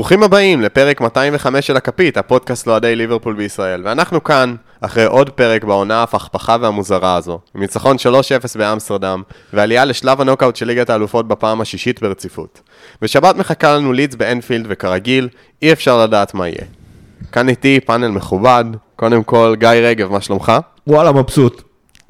ברוכים הבאים לפרק 205 של הכפית, הפודקאסט לאוהדי ליברפול בישראל. ואנחנו כאן אחרי עוד פרק בעונה הפכפכה והמוזרה הזו. עם ניצחון 3-0 באמסטרדם, ועלייה לשלב הנוקאוט של ליגת האלופות בפעם השישית ברציפות. בשבת מחכה לנו לידס באנפילד, וכרגיל, אי אפשר לדעת מה יהיה. כאן איתי פאנל מכובד. קודם כל, גיא רגב, מה שלומך? וואלה, מבסוט.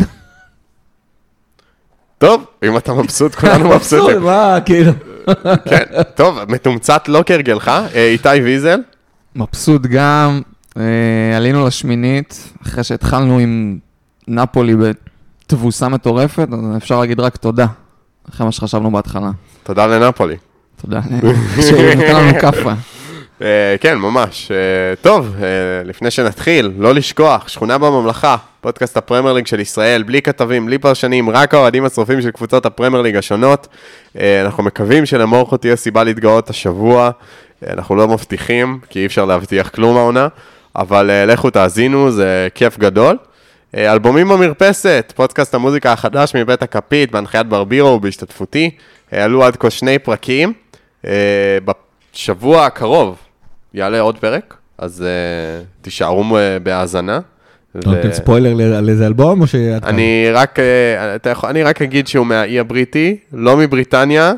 טוב, אם אתה מבסוט, כולנו מבסוטים. מבסוט, מה, כאילו. כן, טוב, מתומצת לא כרגלך. איתי ויזל. מבסוט גם, עלינו לשמינית, אחרי שהתחלנו עם נפולי בתבוסה מטורפת, אז אפשר להגיד רק תודה, אחרי מה שחשבנו בהתחלה. תודה לנפולי. תודה, שנתן לנו כפה. כן, ממש. טוב, לפני שנתחיל, לא לשכוח, שכונה בממלכה, פודקאסט הפרמייר ליג של ישראל, בלי כתבים, בלי פרשנים, רק האוהדים הצרופים של קבוצות הפרמייר ליג השונות. אנחנו מקווים שלמורכו תהיה סיבה להתגאות השבוע, אנחנו לא מבטיחים, כי אי אפשר להבטיח כלום העונה, אבל לכו תאזינו, זה כיף גדול. אלבומים במרפסת, פודקאסט המוזיקה החדש מבית הכפית, בהנחיית ברבירו ובהשתתפותי, עלו עד כה 2 פרקים, בשבוע הקרוב יעלה עוד פרק, אז תישארו בהאזנה. אתה נותן ספוילר על איזה אלבום או שאתה... אני רק אגיד שהוא מהאי הבריטי, לא מבריטניה,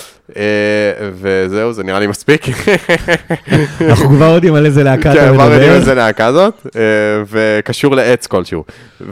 וזהו, זה נראה לי מספיק. אנחנו כבר יודעים על איזה להקה אתה מדבר. כן, כבר יודעים על איזה להקה הזאת, וקשור לעץ כלשהו.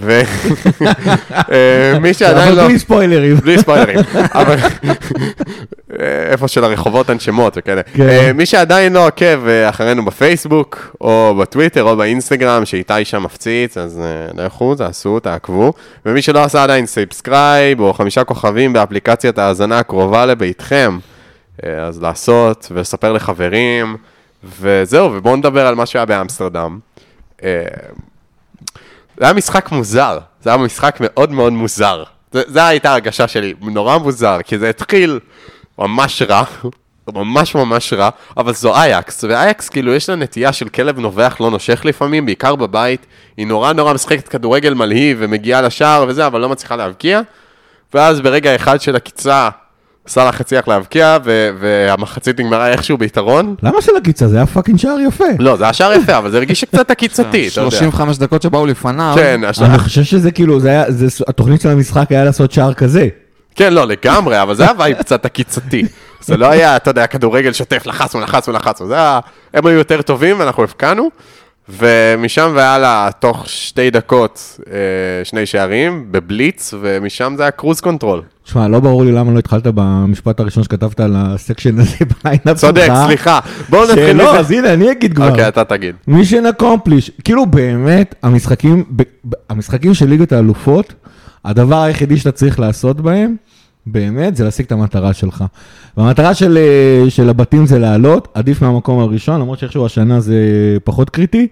ומי שעדיין לא... אבל בלי ספוילרים. בלי ספוילרים. אבל איפה של הרחובות אין שמות וכאלה. מי שעדיין לא עוקב אחרינו בפייסבוק, או בטוויטר, או באינסטגרם, שאיתי שם מפציץ, אז לכו, תעשו, תעקבו. ומי שלא עשה עדיין סאבסקרייב, או 5 כוכבים באפליקציית ההאזנה הקרובה לביתכם, אז לעשות ולספר לחברים, וזהו, ובואו נדבר על מה שהיה באמסטרדם. זה היה משחק מוזר, זה היה משחק מאוד מאוד מוזר. זה הייתה הרגשה שלי, נורא מוזר, כי זה התחיל ממש רע, ממש ממש רע, אבל זו אייקס, ואייקס כאילו יש לה נטייה של כלב נובח לא נושך לפעמים, בעיקר בבית, היא נורא נורא משחקת כדורגל מלהיב ומגיעה לשער וזה, אבל לא מצליחה להבקיע, ואז ברגע אחד של הקיצה, סלאח הצליח להבקיע, והמחצית נגמרה איכשהו ביתרון. למה של הקיצה? זה היה פאקינג שער יפה. לא, זה היה שער יפה, אבל זה הרגיש קצת הקיצתי, אתה יודע. 35 דקות שבאו לפניו. כן, אני חושב שזה כאילו, התוכנית של המשחק היה לעשות שער כזה. כן, לא, לגמרי, אבל זה היה וייב קצת הקיצתי. זה לא היה, אתה יודע, כדורגל שוטף, לחצנו. זה היה, הם היו יותר טובים, ואנחנו הפקענו, ומשם והיה לה, תוך 2 דקות, 2 שערים, בבליץ, ומשם זה היה קרוז קונטרול. תשמע, לא ברור לי למה לא התחלת במשפט הראשון שכתבת על הסקשן הזה בליינאפ. צודק, סליחה. בואו נתחיל. לא, אז הנה, אני אגיד כבר. אוקיי, אתה תגיד. מישן אקומפליש. כאילו באמת, המשחקים של ליגת האלופות, הדבר היחידי שאתה צריך לעשות בהם, באמת, זה להשיג את המטרה שלך. והמטרה של הבתים זה לעלות, עדיף מהמקום הראשון, למרות שאיכשהו השנה זה פחות קריטי,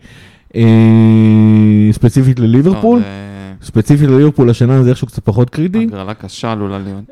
ספציפית לליברפול. ספציפית לליברפול השנה זה איכשהו קצת פחות קריטי. הגרלה קשה עלולה להיות.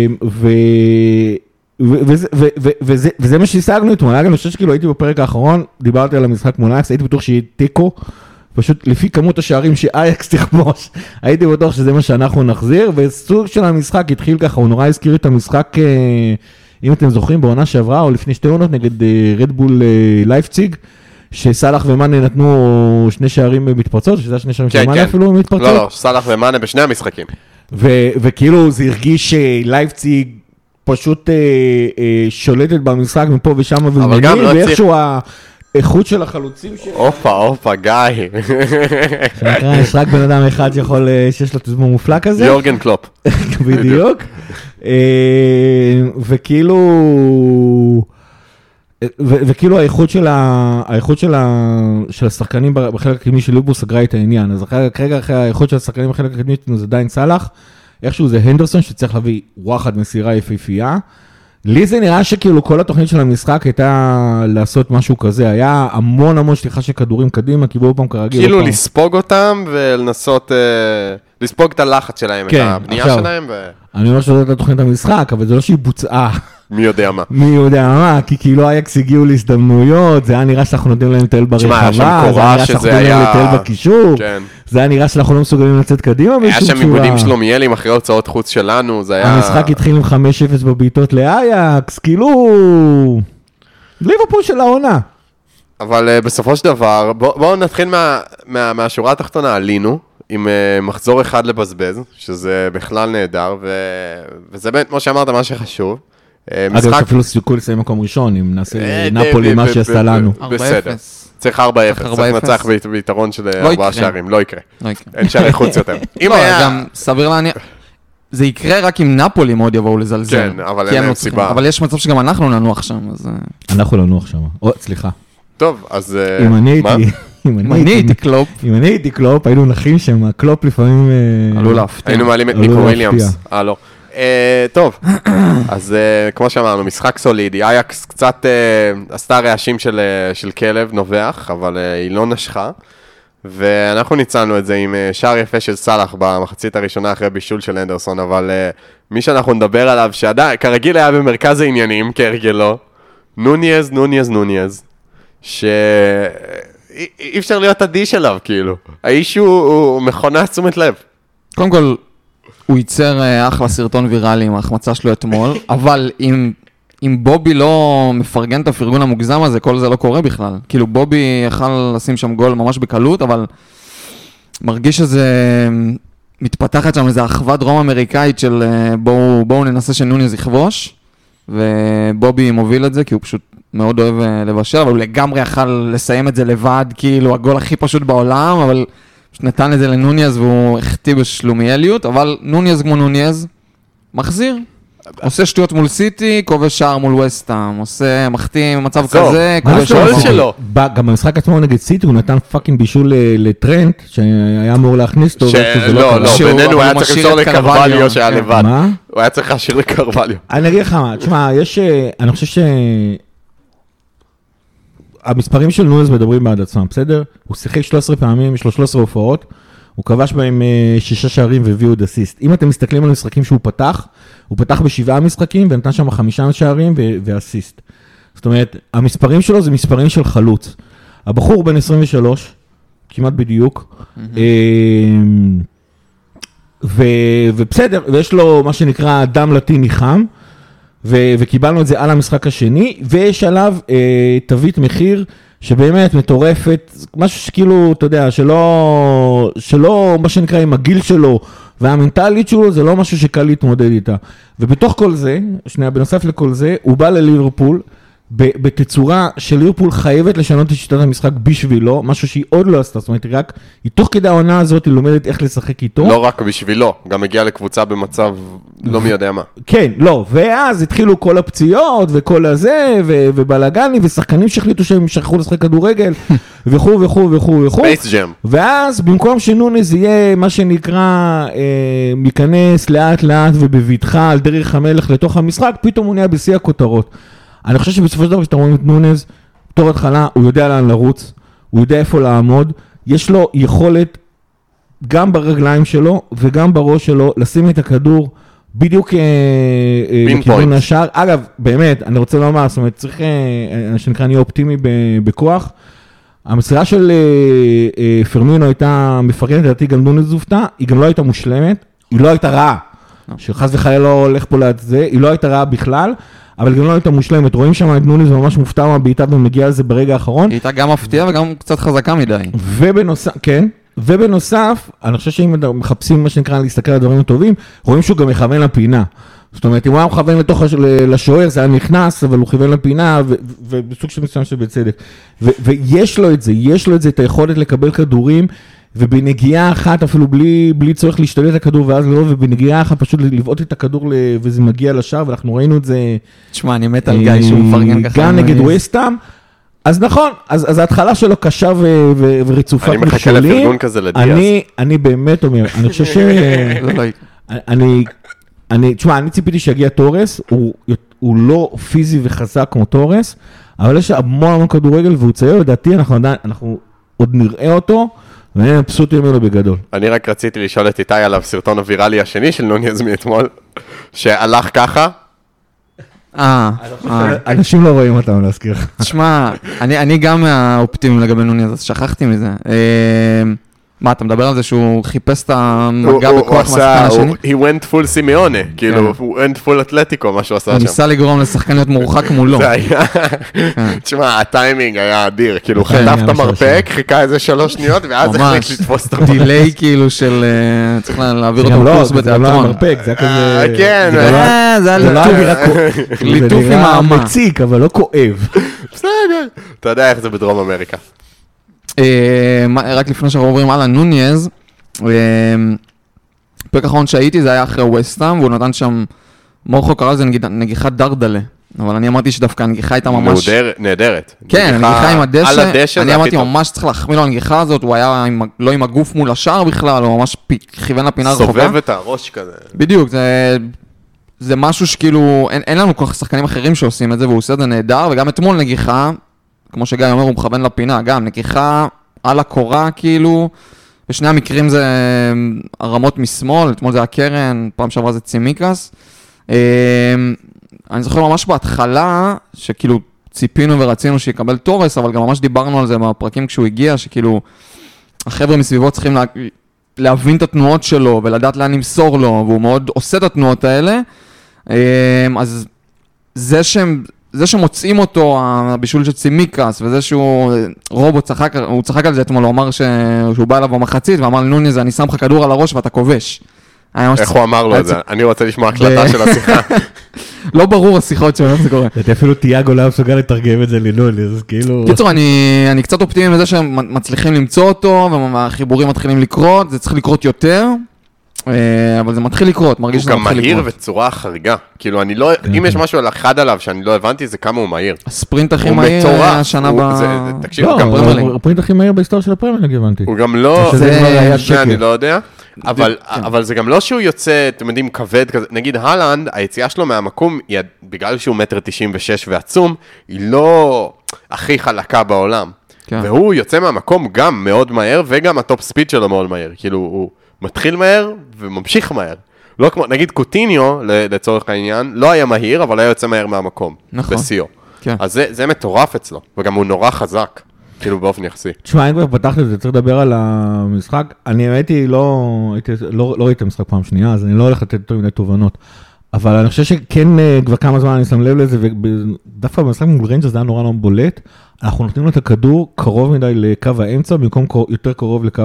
וזה מה שהשגנו אתמול. אני חושב שכאילו הייתי בפרק האחרון, דיברתי על המשחק מול אייקס, הייתי בטוח שיהיה תיקו, פשוט לפי כמות השערים שאייקס תכבוש, הייתי בטוח שזה מה שאנחנו נחזיר, וסוג של המשחק התחיל ככה, הוא נורא הזכיר את המשחק, אם אתם זוכרים, בעונה שעברה, או לפני 2 עונות נגד רדבול לייפציג, שסלאח ומאנה נתנו 2 שערים במתפרצות, שזה 2 שערים של מאנה אפילו במתפרצות. לא, סלאח ומאנה בשני המשחקים. וכאילו זה הרגיש שלייפציג פשוט שולטת במשחק מפה ושם ומנים, ואיכשהו האיכות של החלוצים שלו. אופה, גיא. שנקרא, יש רק בן אדם אחד שיכול, שיש לו תזמון מופלא כזה. יורגן קלופ. בדיוק. וכאילו האיכות של השחקנים בחלק הקדמי של ליברפול סגרה את העניין. אז כרגע אחרי האיכות של השחקנים בחלק הקדמי זה עדיין סלאח. איכשהו זה הנדרסון שצריך להביא וואחד מסירה יפהפייה. לי זה נראה שכאילו כל התוכנית של המשחק הייתה לעשות משהו כזה, היה המון שליחה של כדורים קדימה, קיבלו פעם כרגיל. כאילו לספוג אותם ולנסות, לספוג את הלחץ שלהם, את הבנייה שלהם. אני אומר שזאת התוכנית המשחק, אבל זה לא שהיא בוצעה. מי יודע מה. מי יודע מה, כי כאילו אייקס הגיעו להזדמנויות, זה היה נראה שאנחנו נותנים להם לטייל ברחבה, זה היה נראה שאנחנו נותנים להם לטייל בקישור, זה היה נראה שאנחנו לא מסוגלים לצאת קדימה. היה שם עיבודים שלומיאלים אחרי הוצאות חוץ שלנו, זה היה... המשחק התחיל עם 5-0 בביתות לאייקס, כאילו... ליברפול של העונה. אבל בסופו של דבר, בואו נתחיל מהשורה התחתונה, עלינו, עם מחזור אחד לבזבז, שזה בכלל נהדר, וזה באמת, כמו שאמרת, מה שחשוב. אגב, אפילו סיכוי לסיים מקום ראשון, אם נעשה נפולי מה שעשה לנו. בסדר. צריך 4-0, צריך לנצח ביתרון של 4 שערים, לא יקרה. אין שערי חוץ יותר. לא, גם סביר להניח, זה יקרה רק אם נפולי מאוד יבואו לזלזל. כן, אבל אין סיבה. אבל יש מצב שגם אנחנו ננוח שם, אז... אנחנו ננוח שם. סליחה. טוב, אז... אם אני הייתי קלופ, היינו נחים שם, קלופ לפעמים... עלו להפתיע. היינו מעלים את ניקו וויליאמס. לא. טוב, אז כמו שאמרנו, משחק סולידי, אייקס קצת עשתה רעשים של כלב נובח, אבל היא לא נשכה, ואנחנו ניצלנו את זה עם שער יפה של סלאח במחצית הראשונה אחרי בישול של אנדרסון, אבל מי שאנחנו נדבר עליו, כרגיל היה במרכז העניינים, כהרגלו, נוניאז, שאי אפשר להיות עדיש אליו, כאילו. האיש הוא מכונה תשומת לב. קודם כל, הוא ייצר אחלה סרטון ויראלי עם ההחמצה שלו אתמול, אבל אם בובי לא מפרגן את הפרגון המוגזם הזה, כל זה לא קורה בכלל. כאילו בובי יכל לשים שם גול ממש בקלות, אבל מרגיש שזה מתפתחת שם איזו אחווה דרום אמריקאית של בואו ננסה שנוניאז יכבוש, ובובי מוביל את זה, כי הוא פשוט מאוד אוהב לבשל, אבל הוא לגמרי יכל לסיים את זה לבד, כאילו הגול הכי פשוט בעולם, אבל... נתן את זה לנוניאז והוא החטיא בשלומיאליות, אבל נוניאז כמו נוניאז, מחזיר. עושה שטויות מול סיטי, כובש שער מול וסטהאם, עושה מחטיא במצב כזה, כובש שער שלו. גם במשחק עצמו נגד סיטי, הוא נתן פאקינג בישול לטרנט, שהיה אמור להכניס אותו. לא, בינינו הוא היה צריך לשאול לקרווליו שהיה לבד. הוא היה צריך להשאיר לקרווליו. אני אגיד לך מה, תשמע, אני חושב ש... המספרים של נוניאז מדברים בעד עצמם, בסדר? הוא שיחק 13 פעמים, יש לו 13 הופעות, הוא כבש בהם 6 שערים והביאו עוד אסיסט. אם אתם מסתכלים על המשחקים שהוא פתח, הוא פתח ב7 משחקים ונתן שם 5 שערים ואסיסט. זאת אומרת, המספרים שלו זה מספרים של חלוץ. הבחור בן 23, כמעט בדיוק, ובסדר, ויש לו מה שנקרא דם לטיני חם, וקיבלנו את זה על המשחק השני, ויש עליו תווית מחיר שבאמת מטורפת, משהו שכאילו, אתה יודע, שלא מה שנקרא עם הגיל שלו והמנטלית שלו, זה לא משהו שקל להתמודד איתה. ובתוך כל זה, בנוסף לכל זה, הוא בא לליברפול, בתצורה של ליברפול חייבת לשנות את שיטת המשחק בשבילו, משהו שהיא עוד לא עשתה, זאת אומרת, היא תוך כדי העונה הזאת היא לומדת איך לשחק איתו. לא רק בשבילו, גם הגיעה לקבוצה במצב לא מי יודע מה. כן, לא, ואז התחילו כל הפציעות וכל הזה, ובלגני, ושחקנים שהחליטו שהם שכחו לשחק כדורגל, וכו' וכו' וכו' וכו'. ספייס ג'ם. ואז במקום שנוניאז יהיה מה שנקרא, ייכנס לאט לאט ובבטחה על דרך המלך לתוך המשחק, פתאום הוא נהיה בשיא הכותרות. אני חושב שבסופו של דבר שאתה רואים את נוניאז, בתור התחלה, הוא יודע לאן לרוץ, הוא יודע איפה לעמוד, יש לו יכולת גם ברגליים שלו וגם בראש שלו לשים את הכדור בדיוק לכיוון השער. אגב, באמת, אני רוצה לומר, זאת אומרת, צריך, שנקרא, אני אופטימי בכוח. המסירה של פרמינו הייתה מפרגנת, לדעתי גם נוניאז הופתע, היא גם לא הייתה מושלמת, היא לא הייתה רעה, שחס וחלילה לא הולך פה ליד זה, היא לא הייתה רעה בכלל, אבל גם לא הייתה מושלמת, רואים שם את נוניאז ממש מופתע מהבעיטה ומגיע לזה ברגע האחרון. היא הייתה גם מפתיעה וגם קצת חזקה מדי. ובנוסף, כן, ובנוסף, אני חושב שאם מחפשים מה שנקרא להסתכל על הדברים הטובים, רואים שהוא גם מכוון לפינה. זאת אומרת, אם הוא היה מכוון לתוך לשוער, זה היה נכנס, אבל הוא כיוון לפינה, ובסוג של מסוים שבצדק. ויש לו את זה, יש לו את זה, את היכולת לקבל כדורים, ובנגיעה אחת, אפילו בלי צורך להשתלט את הכדור, ואז לא, ובנגיעה אחת פשוט לבעוט את הכדור, וזה מגיע לשער, ואנחנו ראינו את זה... תשמע, אני מת על גיא שהוא מפרגן ככה. גם נגד וסטהאם. אז נכון, אז ההתחלה שלו קשה ורצופת מכשולים. אני מחכה לפרגון כזה לדיאס. אני באמת אומר, אני חושב ש... תשמע, אני ציפיתי שיגיע תורס, הוא לא פיזי וחזק כמו תורס, אבל יש המון כדורגל, והוא צעיר, לדעתי, אנחנו עוד נראה אותו, ואני מבסוט ממנו בגדול. אני רק רציתי לשאול את איתי עליו סרטון הוויראלי השני של נוניאז מאתמול, שהלך ככה. אנשים לא רואים אותם להזכיר. תשמע, אני גם מהאופטימיים לגבי נוניאז, אז שכחתי מזה. מה, אתה מדבר על זה שהוא חיפש את המגע בכוח מהשחקן השני? he went full סימיונה, כאילו, הוא went full אתלטיקו, מה שהוא עשה שם. הוא ניסה לגרום לשחקן להיות מורחק מולו. זה היה, תשמע, הטיימינג היה אדיר, כאילו, הוא חטף את המרפק, חיכה איזה 3 שניות, ואז החליט לתפוס את המרפק. דיליי כאילו של, צריך להעביר אותו בקורס בתיאטרון. זה לא המרפק, זה היה כזה... כן, זה היה ליטוף עם האמה. זה מציק, אבל לא כואב. בסדר, אתה יודע איך זה בדרום אמריקה. רק לפני שאנחנו עוברים הלאה, נוניז, פרק האחרון שהייתי זה היה אחרי ווסטהאם, והוא נתן שם, מורכו קרא לזה נגיחת דרדלה, אבל אני אמרתי שדווקא הנגיחה הייתה ממש... נהדרת. כן, הנגיחה עם הדשא, אני אמרתי ממש צריך להחמיא לו הנגיחה הזאת, הוא היה לא עם הגוף מול השער בכלל, הוא ממש כיוון לפינה רחוקה. סובב את הראש כזה. בדיוק, זה משהו שכאילו, אין לנו כל כך שחקנים אחרים שעושים את זה, והוא עושה את זה נהדר, וגם אתמול נגיחה, כמו שגיא אומר, הוא מכוון לפינה, גם נגיחה על הקורה, כאילו, בשני המקרים זה הרמות משמאל, אתמול זה הקרן, פעם שעברה זה צימיקס. אני זוכר ממש בהתחלה, שכאילו ציפינו ורצינו שיקבל טורס, אבל גם ממש דיברנו על זה בפרקים כשהוא הגיע, שכאילו, החבר'ה מסביבו צריכים להבין את התנועות שלו, ולדעת לאן למסור לו, והוא מאוד עושה את התנועות האלה. אז זה שמוצאים אותו, הבישול של צימיקס, וזה שהוא, רובוט הוא צחק על זה אתמול, הוא אמר שהוא בא אליו במחצית, ואמר לנוניז, אני שם לך כדור על הראש ואתה כובש. איך הוא אמר לו את זה? אני רוצה לשמוע הקלטה של השיחה. לא ברור השיחות שלו, איך זה קורה. אפילו תיאגו לא מסוגל לתרגם את זה לנוניז, כאילו... קיצור, אני קצת אופטימי מזה שהם מצליחים למצוא אותו, והחיבורים מתחילים לקרות, זה צריך לקרות יותר. אבל זה מתחיל לקרות, מרגיש שזה מתחיל לקרות. הוא גם מהיר בצורה חריגה. כאילו, אני לא... אם יש משהו על אחד עליו שאני לא הבנתי, זה כמה הוא מהיר. הספרינט הכי מהיר השנה תקשיב, לא, הפרינט הכי מהיר בהיסטוריה של הפרמייר, הבנתי. הוא גם לא... זה אני לא יודע. אבל זה גם לא שהוא יוצא, אתם יודעים, כבד כזה. נגיד, הלנד, היציאה שלו מהמקום, בגלל שהוא 1.96 ועצום, היא לא הכי חלקה בעולם. והוא יוצא מהמקום גם מאוד מהר, וגם הטופ ספיד שלו מאוד מהר. כאילו, הוא מתחיל מהר וממשיך מהר. לא כמו, נגיד קוטיניו, לצורך העניין, לא היה מהיר, אבל היה יוצא מהר מהמקום. נכון. בסיו. כן. אז זה מטורף אצלו, וגם הוא נורא חזק, כאילו באופן יחסי. תשמע, אם כבר פתחת את זה, צריך לדבר על המשחק. אני הייתי לא ראיתי את המשחק פעם שנייה, אז אני לא הולך לתת יותר מיני תובנות. אבל אני חושב שכן, כבר כמה זמן אני שם לב לזה, ודווקא במשחק מול ריינג'רס זה היה נורא בולט. אנחנו נותנים לו את הכדור קרוב מדי לקו האמצע, במקום יותר קרוב לקו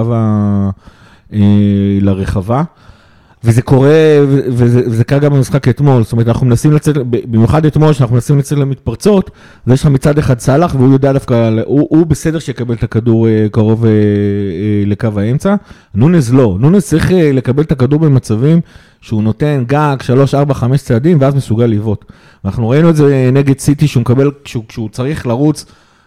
לרחבה, וזה קורה, וזה קרה גם במשחק אתמול, זאת אומרת, אנחנו מנסים לצאת, במיוחד אתמול, שאנחנו מנסים לצאת למתפרצות, ויש לך מצד אחד סלח, והוא יודע דווקא, הוא בסדר שיקבל את הכדור קרוב לקו האמצע, נונז לא, נונז צריך לקבל את הכדור במצבים, שהוא נותן גג 3, 4, 5 צעדים, ואז מסוגל לבעוט. אנחנו ראינו את זה נגד סיטי, שהוא מקבל, כשהוא צריך לרוץ,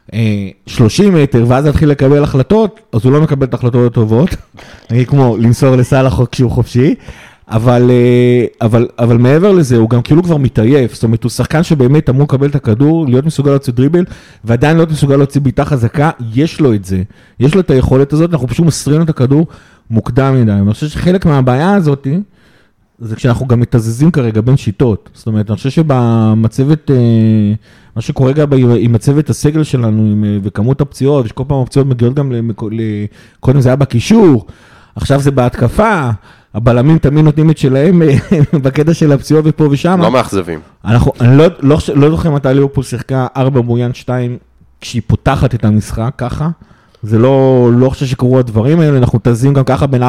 30 מטר, ואז להתחיל לקבל החלטות, אז הוא לא מקבל את ההחלטות הטובות, נגיד כמו למסור לסלח כשהוא חופשי, אבל מעבר לזה, הוא גם כאילו כבר מתעייף, זאת אומרת, הוא שחקן שבאמת אמור לקבל את הכדור, להיות מסוגל להוציא דריבל, ועדיין להיות מסוגל להוציא בעיטה חזקה, יש לו את זה, יש לו את היכולת הזאת, אנחנו פשוט מסרינו את הכדור מוקדם מדי, אני חושב שחלק מהבעיה הזאת, זה כשאנחנו גם מתזזים כרגע בין שיטות, זאת אומרת, אני חושב שבמצבת, מה שקורה גם עם מצבת הסגל שלנו, וכמות הפציעות, שכל פעם הפציעות מגיעות גם, קודם זה היה בקישור, עכשיו זה בהתקפה, הבלמים תמיד נותנים את שלהם בקטע של הפציעות ופה ושם. לא מאכזבים. אני לא זוכר מתי ליברפול שיחקה 4 מול 2, כשהיא פותחת את המשחק ככה, זה לא חושב שקרו הדברים האלה, אנחנו תזים גם ככה בין 4-3-3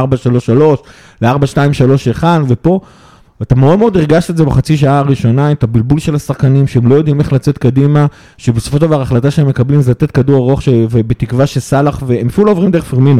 ל-4-2-3-1, ופה, ואתה מאוד מאוד הרגשת את זה בחצי שעה הראשונה, את הבלבול של השחקנים, שהם לא יודעים איך לצאת קדימה, שבסופו של דבר ההחלטה שהם מקבלים זה לתת כדור ארוך, ובתקווה שסלח, והם אפילו לא עוברים דרך פרמינו,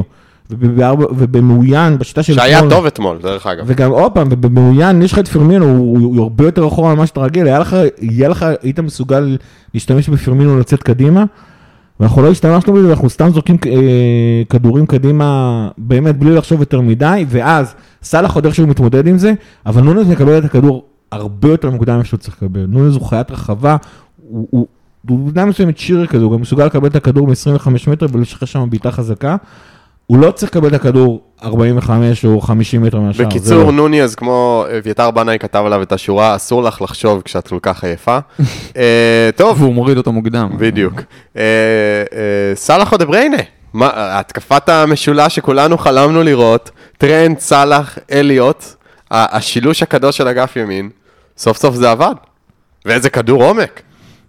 ובמעוין, בשיטה של... שהיה טוב אתמול, דרך אגב. וגם עוד פעם, ובמעוין, יש לך את פרמינו, הוא הרבה יותר אחורה ממה שאתה רגיל, היית מסוגל להשתמש בפרמינו לצאת קדימה, ואנחנו לא השתמשנו בזה, אנחנו סתם זורקים כדורים קדימה, באמת בלי לחשוב יותר מדי, ואז סלח עוד איך שהוא מתמודד עם זה, אבל נונז מקבל את הכדור הרבה יותר מוקדם שהוא צריך לקבל. נונז הוא חיית רחבה, הוא ביניים מסוים את שירי כזה, הוא גם מסוגל לקבל את הכדור מ-25 מטר, ולשחרר שם בעיטה חזקה, הוא לא צריך לקבל את הכדור 45 או 50 מטר מהשאר. בקיצור, נוניז, כמו אביתר בנאי כתב עליו את השורה, אסור לך לחשוב כשאת כל כך עייפה. טוב. והוא מוריד אותו מוקדם. בדיוק. סלאח או דה בריינה, התקפת המשולש שכולנו חלמנו לראות, טרנט, סלאח, אליוט, השילוש הקדוש של אגף ימין, סוף סוף זה עבד. ואיזה כדור עומק.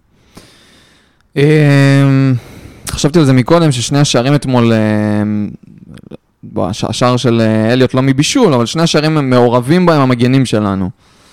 חשבתי על זה מקודם, ששני השערים אתמול, השער של אליוט לא מבישול, אבל שני השערים הם מעורבים בהם המגנים שלנו.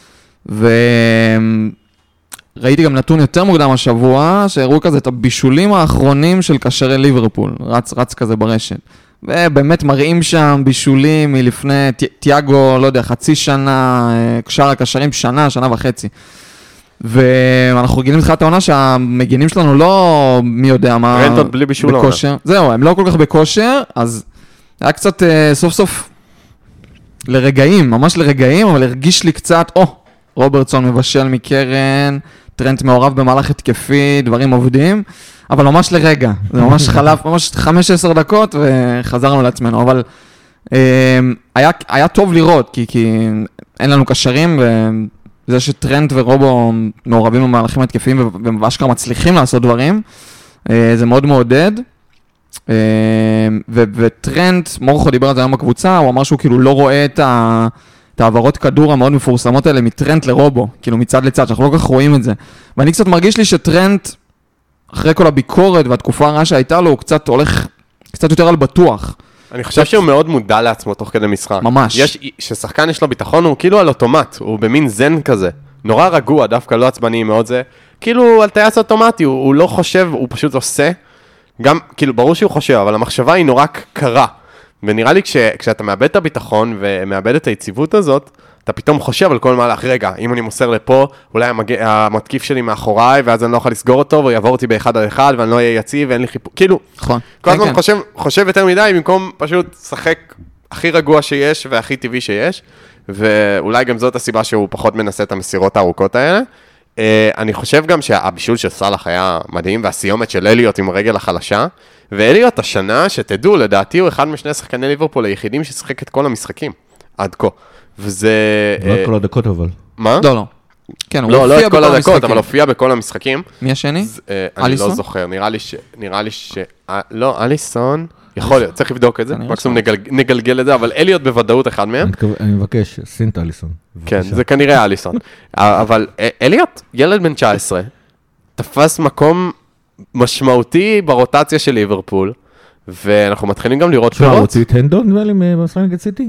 וראיתי גם נתון יותר מוקדם השבוע, שהראו כזה את הבישולים האחרונים של קשרי ליברפול, רץ כזה ברשת. ובאמת מראים שם בישולים מלפני תיאגו, לא יודע, חצי שנה, שאר הקשרים שנה וחצי. ואנחנו רגילים לתחילת העונה שהמגינים שלנו לא מי יודע מה רנטות בלי בישול בכושר. זהו, הם לא כל כך בכושר, אז היה קצת סוף סוף לרגעים, ממש לרגעים, אבל הרגיש לי קצת, רוברטסון מבשל מקרן, טרנט מעורב במהלך התקפי, דברים עובדים, אבל ממש לרגע, זה ממש חלף, ממש 5-10 דקות וחזרנו לעצמנו, אבל היה טוב לראות, כי אין לנו קשרים, וזה שטרנט ורובו מעורבים במהלכים התקפיים, ואשכרה מצליחים לעשות דברים, זה מאוד מעודד, וטרנט, מורכו דיבר על זה היום בקבוצה, הוא אמר שהוא כאילו לא רואה את העברות כדור המאוד מפורסמות האלה מטרנט לרובו, כאילו מצד לצד, שאנחנו לא כל כך רואים את זה. ואני קצת מרגיש לי שטרנט, אחרי כל הביקורת והתקופה הרעה שהייתה לו, הוא קצת הולך, קצת יותר על בטוח. אני חושב שהוא מאוד מודע לעצמו תוך כדי משחק. ממש. ששחקן יש לו ביטחון, הוא כאילו על אוטומט, הוא במין זן כזה. נורא רגוע, דווקא לא עצבני מאוד זה. כאילו על טייס אוטומטי, הוא לא חושב, הוא פשוט עושה. גם, כאילו, ברור שהוא חושב, אבל המחשבה היא נורא קרה. ונראה לי כשאתה מאבד את הביטחון ומאבד את היציבות הזאת, אתה פתאום חושב על כל מהלך, רגע, אם אני מוסר לפה, אולי המתקיף שלי מאחוריי, ואז אני לא יכול לסגור אותו, והוא יעבור אותי באחד על אחד, ואני לא אהיה יציב, ואין לי חיפור. כאילו, כל הזמן חושב יותר מדי, במקום פשוט שחק הכי רגוע שיש, והכי טבעי שיש, ואולי גם זאת הסיבה שהוא פחות מנסה את המסירות הארוכות האלה. אני חושב גם שהבישול של סלאח היה מדהים, והסיומת של אליוט עם הרגל החלשה, ואליוט השנה, שתדעו, לדעתי הוא אחד משני שחקני ליברפול היחידים ששחק את כל המשחקים, עד כה. וזה... לא את כל הדקות אבל. מה? לא. כן, הוא לא הופיע את כל בכל הדקות, המשחקים. אבל הופיע בכל המשחקים. מי השני? אני אליסון? לא זוכר, נראה לי ש... לא, אליסון, יכול להיות, צריך לבדוק את זה, מקסימום נגלגל את זה, אבל אליוט בוודאות אחד מהם. אני מבקש, סינט אליסון. כן, זה כנראה אליסון. אבל אליוט, ילד בן 19, תפס מקום משמעותי ברוטציה של ליברפול, ואנחנו מתחילים גם לראות פירות. רוצים את הנדון נראה לי במשחק נגד סיטי?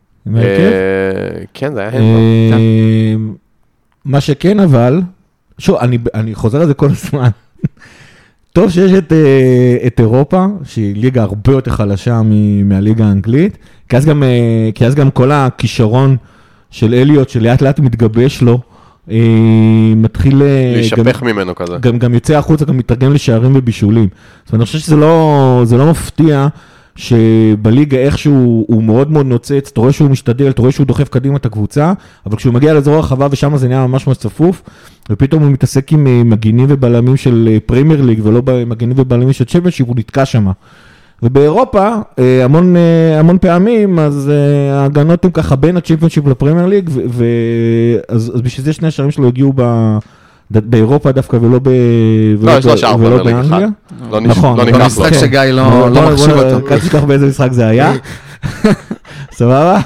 כן, זה היה הנדון. מה שכן אבל, שוב, אני חוזר על זה כל הזמן. טוב שיש את אירופה, שהיא ליגה הרבה יותר חלשה מהליגה האנגלית, כי אז גם כל הכישרון של אליוט, שלאט לאט מתגבש לו, מתחיל... להישפך ממנו כזה. גם יוצא החוצה, גם מתרגם לשערים ובישולים. זאת אומרת, אני חושב שזה לא מפתיע, שבליגה איכשהו הוא מאוד מאוד נוצץ, אתה רואה שהוא משתדל, אתה רואה שהוא דוחף קדימה את הקבוצה, אבל כשהוא מגיע לאזור הרחבה ושם זה נהיה ממש צפוף, ופתאום הוא מתעסק עם מגינים ובלמים של פרמייר ליג, ולא מגינים ובלמים של צ'מפיונשיפ, הוא נתקע שם. ובאירופה, המון פעמים, אז ההגנות הם ככה בין הצ'מפיונשיפ לפרמייר ליג, אז בשביל זה שני השערים שלו הגיעו באירופה דווקא ולא באנגליה. נכון, לא ניקח במשחק שגיא לא מחשיב אותו. רק תשכח באיזה משחק זה היה. סבבה?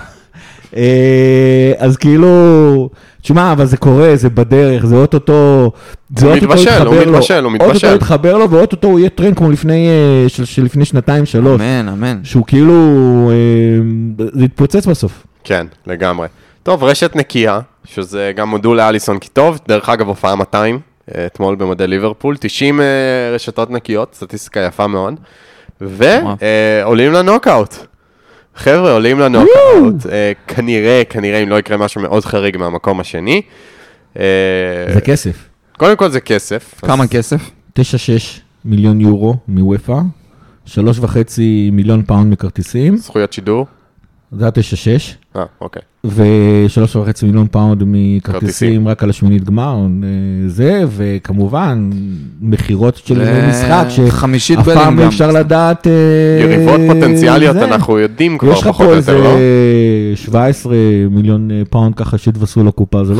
אז כאילו, תשמע, אבל זה קורה, זה בדרך, זה אוטוטו, הוא מתבשל לו, ואוטוטו הוא יהיה טרנד כמו לפני 2-3. אמן. שהוא כאילו, זה יתפוצץ בסוף. כן, לגמרי. טוב, רשת נקייה, שזה גם מודול לאליסון כי טוב, דרך אגב הופעה 200, אתמול במודל ליברפול, 90 רשתות נקיות, סטטיסטיקה יפה מאוד, ועולים לנוקאוט. חבר'ה, עולים לנוקאוט, כנראה אם לא יקרה משהו מאוד חריג מהמקום השני. זה כסף. קודם כל זה כסף. כמה כסף? 9.6 מיליון יורו מוופא, 3.5 מיליון פאונד מכרטיסים. זכויות שידור? זה ה-9.6. אוקיי. ו3.5 מיליון פאונד מכרטיסים רק על השמינית גמר, זה, וכמובן, מחירות של משחק, שאף פעם אפשר לדעת... יריבות פוטנציאליות, אנחנו יודעים כבר פחות או יותר, לא? יש לך פה איזה 17 מיליון פאונד ככה שהתווספו לקופה, זה לא רע.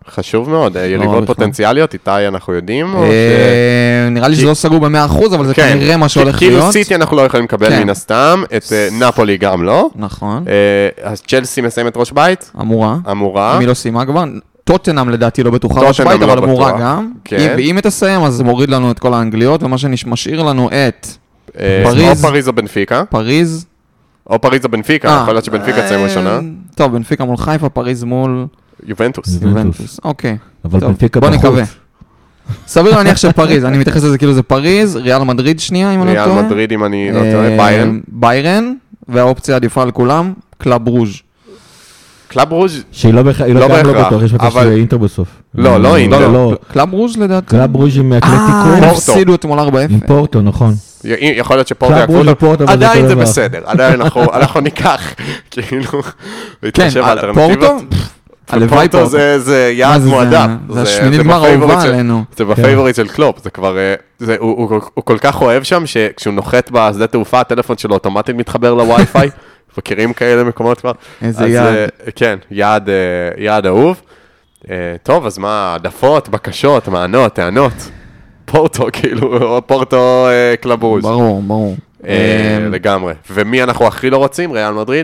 חשוב מאוד, יריבות פוטנציאליות, איתי אנחנו יודעים? נראה לי שזה לא סגור ב-100%, אבל זה כנראה מה שהולך להיות. כאילו סיטי אנחנו לא יכולים לקבל מן הסתם, את נפולי גם לא. נכון. אז צ'לסי מסיימת ראש בית? אמורה. אמורה. אם היא לא סיימה כבר. טוטנאם לדעתי לא בטוחה ראש בית, אבל אמורה גם. ואם היא תסיים, אז זה מוריד לנו את כל האנגליות, ומה שמשאיר לנו את פריז. או פריז או בנפיקה. פריז. או פריז או בנפיקה, יכול להיות שבנפיקה תסיים ראשונה. טוב, בנפיקה מול חיפה, פריז מול... יובנטוס. אוקיי. אבל בנפיקה בוא בחוץ. נקווה. סביר להניח שפריז, אני מתייחס לזה כאילו זה פריז, ריאל מדריד שנייה, אם אני לא טועה. ריאל מדריד, אם אני לא טועה, ביירן. ביירן, והאופציה עדיפה לכולם, קלאב רוז'. קלאב רוז' שהיא לא בטוח, יש מצב שזה אינטר בסוף. לא אינטר. קלאב רוז' לדעתי. קלאב רוז' עם אתלטיקו. הם הפסידו אתמול 4-0. עם פורטו, נכון. יכול להיות שפורטו יקפו אותו, עדיין זה בסדר, עדיין אנחנו ניקח, כאילו, להתחשב האלטרנטיבות. פורטו זה יעד מועדף. זה השמינית גמר אהובה עלינו. זה בפייבוריט של קלופ, זה כבר, הוא כל כך אוהב שם, שכשהוא נוחת בשדה תעופה, הטלפון שלו אוטומטית מתחבר לווי-פיי, מכירים כאלה מקומות כבר. איזה יעד. כן, יעד אהוב. טוב, אז מה, עדפות, בקשות, מענות, טענות? פורטו, כאילו, פורטו קלאב רוז'. ברור. לגמרי. ומי אנחנו הכי לא רוצים? ריאל מדריד?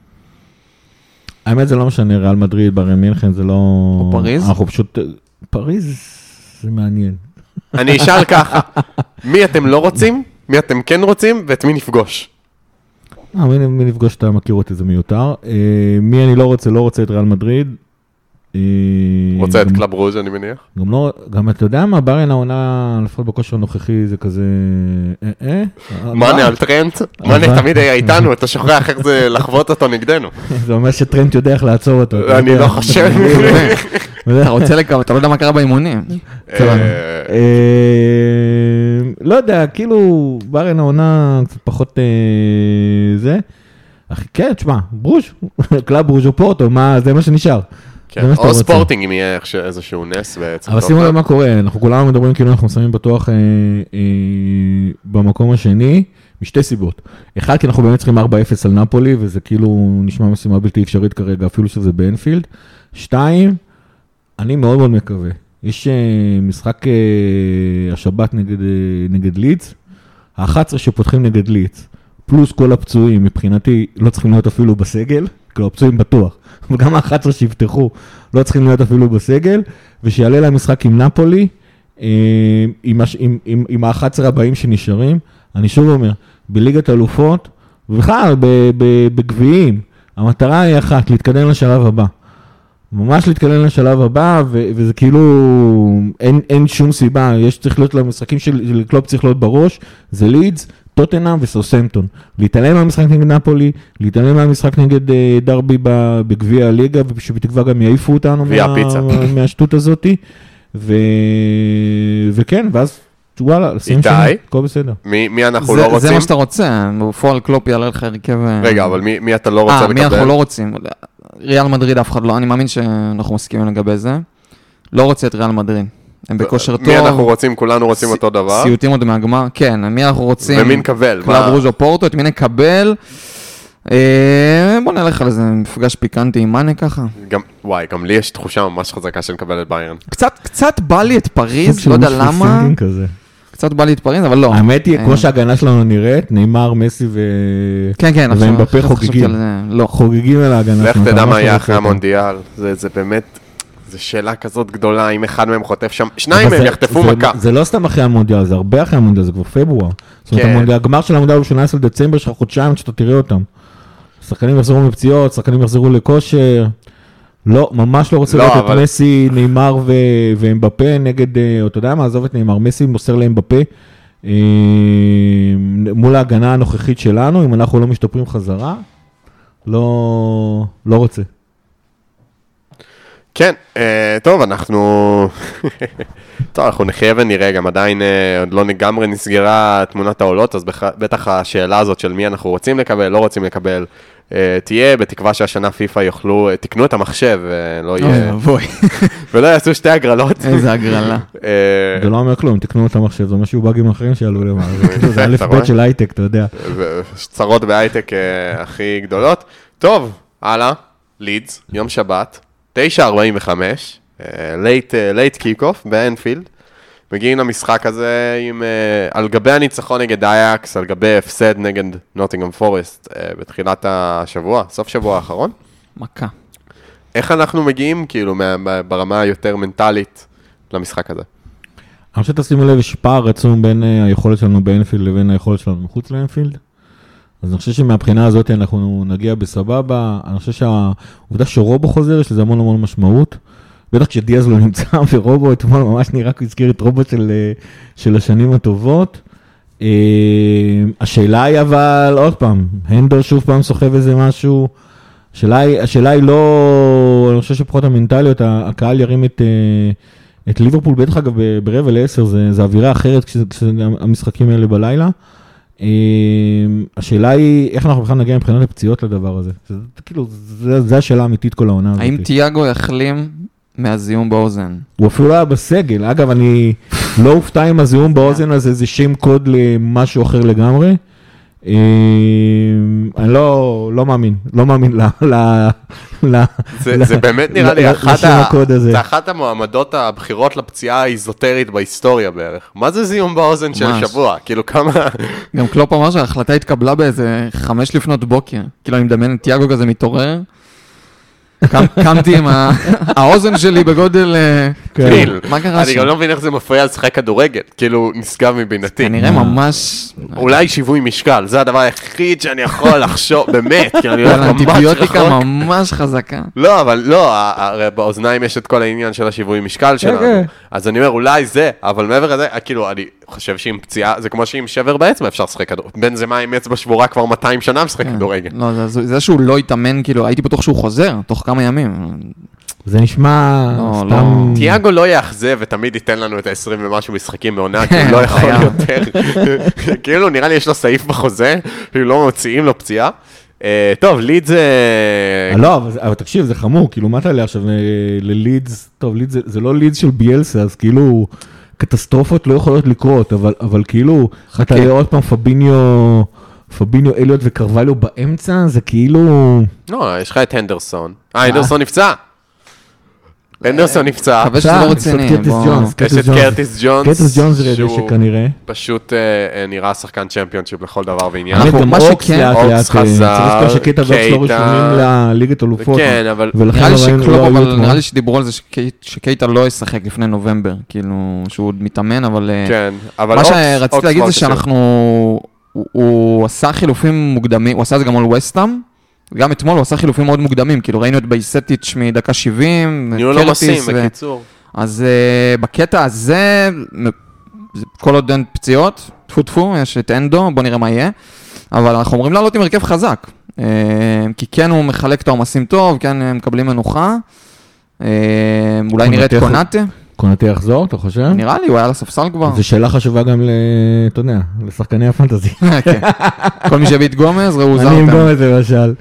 האמת זה לא משנה, ריאל מדריד, ביירן מינכן, זה לא... או פריז? אנחנו פשוט... פריז זה מעניין. אני אשאל ככה, מי אתם לא רוצים, מי אתם כן רוצים, ואת מי נפגוש? מי נפגוש אתה מכיר אותי, זה מיותר. מי אני לא רוצה את ריאל מדריד. רוצה את קלאב רוז' אני מניח? גם אתה יודע מה, ביירן העונה, לפחות בכושר הנוכחי, זה כזה... מאנה על טרנט? מאנה תמיד היה איתנו, אתה שוכח איך זה לחוות אותו נגדנו. זה אומר שטרנט יודע איך לעצור אותו. אני לא חושב. אתה רוצה לקרוא, אתה לא יודע מה קרה באימונים. לא יודע, כאילו, ביירן העונה קצת פחות זה. כן, תשמע, ברוז', קלאב רוז' או פורטו, זה מה שנשאר. או ספורטינג אם יהיה איזשהו נס בעצם. אבל שימו לב מה קורה, אנחנו כולנו מדברים כאילו אנחנו שמים בטוח במקום השני, משתי סיבות. אחד, כי אנחנו באמת צריכים 4-0 על נפולי, וזה כאילו נשמע משימה בלתי אפשרית כרגע, אפילו שזה באנפילד. 2, אני מאוד מאוד מקווה. יש משחק השבת נגד לידס, ה-11 שפותחים נגד לידס, פלוס כל הפצועים, מבחינתי לא צריכים להיות אפילו בסגל, כאילו הפצועים בטוח. וגם ה-11 שיפתחו לא צריכים להיות אפילו בסגל, ושיעלה להם משחק עם נפולי, עם ה-11 הבאים שנשארים. אני שוב אומר, בליגת אלופות, ובכלל בגביעים, המטרה היא אחת, להתקדם לשלב הבא. ממש להתקדם לשלב הבא, וזה כאילו, אין שום סיבה, צריך להיות למשחקים של קלופ צריך להיות בראש, זה לידס, טוטנהאם וסאות'המפטון. להתעלם מהמשחק נגד נפולי, להתעלם מהמשחק נגד דרבי בגביע הליגה, ושבתקווה גם יעיפו אותנו מהשטות הזאת. וכן, ואז וואלה, לשים שם, הכל בסדר. מי אנחנו לא רוצים? זה מה שאתה רוצה, בפועל קלופ יעלה לך הרכב... רגע, אבל מי אתה לא רוצה לקבל? מי אנחנו לא רוצים? ריאל מדריד אף אחד לא, אני מאמין שאנחנו מסכימים לגבי זה. לא רוצה את ריאל מדריד. הם בכושר טוב. מי אנחנו רוצים? כולנו רוצים אותו דבר. סיוטים עוד מהגמר. כן, מי אנחנו רוצים? ומי נקבל? קלאב רוז' או פורטו, את מי נקבל? בוא נלך על זה מפגש פיקנטי עם מאנה ככה. וואי, גם לי יש תחושה ממש חזקה שנקבל את ביירן. קצת בא לי את פריז, לא יודע למה. קצת בא לי את פריז, אבל לא. האמת היא, כמו שההגנה שלנו נראית, ניימר, מסי ואמבפה חוגגים. חוגגים על ההגנה. לך תדע מה יהיה אחרי המונדיאל. זה באמת... זו שאלה כזאת גדולה, אם אחד מהם חוטף שם, שניים מהם יחטפו מכה. זה לא סתם אחרי המונדיאל, זה הרבה אחרי המונדיאל, זה כבר פברואר. זאת אומרת, הגמר של המונדיאל הוא 18 דצמבר, שלך חודשיים שאתה תראה אותם. שחקנים יחזרו מפציעות, שחקנים יחזרו לכושר. לא, ממש לא רוצה לראות את מסי, ניימר ואמבפה נגד, אתה יודע מה, עזוב את ניימר, מסי מוסר לאמבפה, מול ההגנה הנוכחית שלנו, אם אנחנו לא משתפרים חזרה, לא רוצה. כן, טוב, אנחנו נחיה ונראה, גם עדיין עוד לא לגמרי נסגרה תמונת העולות, אז בטח השאלה הזאת של מי אנחנו רוצים לקבל, לא רוצים לקבל, תהיה בתקווה שהשנה פיפה יוכלו, תקנו את המחשב, ולא יעשו שתי הגרלות. איזה הגרלה. זה לא אומר כלום, תקנו את המחשב, זה משהו באגים אחרים שעלו למעלה, זה אלף בית של הייטק, אתה יודע. צרות בהייטק הכי גדולות. טוב, הלאה, לידס, יום שבת. 9:45, לייט קיק-אוף באנפילד. מגיעים למשחק הזה על גבי הניצחון נגד אייקס, על גבי הפסד נגד נוטינגהאם פורסט בתחילת השבוע, סוף שבוע האחרון. מכה. איך אנחנו מגיעים כאילו ברמה היותר מנטלית למשחק הזה? אני חושב שתשימו לב, יש פער עצום בין היכולת שלנו באנפילד לבין היכולת שלנו מחוץ לאנפילד. אז אני חושב שמהבחינה הזאת אנחנו נגיע בסבבה. אני חושב שהעובדה שרובו חוזר, יש לזה המון המון משמעות. בטח כשדיאז לא נמצא, ורובו אתמול ממש נראה כמו הזכיר את רובו של השנים הטובות. השאלה היא אבל, עוד פעם, הנדו שוב פעם סוחב איזה משהו. השאלה היא לא, אני חושב שפחות המנטליות, הקהל ירים את ליברפול, בטח אגב ברבע ל-10, זה אווירה אחרת כשהמשחקים האלה בלילה. השאלה היא, איך אנחנו בכלל נגיע מבחינת הפציעות לדבר הזה? כאילו, זה השאלה האמיתית כל העונה הזאת. האם תיאגו יחלים מהזיהום באוזן? הוא אפילו היה בסגל. אגב, אני לא אופתע עם הזיהום באוזן הזה, זה שם קוד למשהו אחר לגמרי. אני לא מאמין זה באמת נראה לי אחת המועמדות הבחירות לפציעה האיזוטרית בהיסטוריה בערך. מה זה זיהום באוזן של שבוע? כאילו כמה... גם קלופ אמר שההחלטה התקבלה באיזה 5 לפנות בוקר. כאילו אני מדמיין את תיאגו כזה מתעורר. קמתי עם האוזן שלי בגודל... מה קרה שם? אני גם לא מבין איך זה מפריע לשחק כדורגל, כאילו נשגב מבינתי. כנראה ממש... אולי שיווי משקל, זה הדבר היחיד שאני יכול לחשוב, באמת, כי אני הולך ממש רחוק. אנטיביוטיקה ממש חזקה. לא, אבל לא, הרי באוזניים יש את כל העניין של השיווי משקל שלנו. אז אני אומר, אולי זה, אבל מעבר לזה, כאילו, אני חושב שעם פציעה, זה כמו שעם שבר באצבע אפשר לשחק כדורגל. בין זה מה עם אצבע שבורה כבר 200 שנה משחק כדורגל. לא, זה שהוא לא יתאמן, כאילו, הייתי בטוח שהוא חוזר, תוך כמה ימים. זה נשמע סתם... תיאגו לא יאכזב ותמיד ייתן לנו את ה-20 ומשהו משחקים בעונה, כי הוא לא יכול יותר. כאילו, נראה לי יש לו סעיף בחוזה, כאילו לא מוציאים לו פציעה. טוב, לידס... לא, אבל תקשיב, זה חמור, כאילו, מה תעלה עכשיו ללידס? טוב, לידס זה לא לידס של ביאלסה, אז כאילו, קטסטרופות לא יכולות לקרות, אבל כאילו, אתה תעלה עוד פעם פביניו, אליוט וקרווליו באמצע, זה כאילו... לא, יש לך את הנדרסון. הנדרסון נפצע. הנדרסון נפצע. חווה שזה לא רציני. יש את קרטיס ג'ונס. קרטיס ג'ונס זה שכנראה. פשוט נראה שחקן צ'מפיונשיפ לכל דבר ועניין. גם אוקס אוקס חזר, צריך שקייטה ואוקס לא רשומים לליגת אלופות. כן, אבל... נראה לי שקלוב, אבל נראה לי שדיברו על זה שקייטה לא ישחק לפני נובמבר. כאילו, שהוא מתאמן, אבל... כן, אבל מה שרציתי להגיד זה שאנחנו... הוא עשה חילופים מוקדמים, הוא עשה את זה גם על ווסטהאם, גם אתמול הוא עשה חילופים מאוד מוקדמים, כאילו ראינו את בייסטיץ' מדקה 70, ניהול עומסים, בקיצור. אז בקטע הזה, כל עוד אין פציעות, טפו, יש את אנדו, בוא נראה מה יהיה, אבל אנחנו אומרים לעלות עם הרכב חזק, כי כן הוא מחלק את העומסים טוב, כן מקבלים מנוחה, אולי נראה את קונאטה. קונאטה יחזור, אתה חושב? נראה לי, הוא היה לספסל כבר. זו שאלה חשובה גם אתה יודע, לשחקני הפנטזי. כל מי שהביא את גומז, ראו זרתם. אני עם גומז למשל.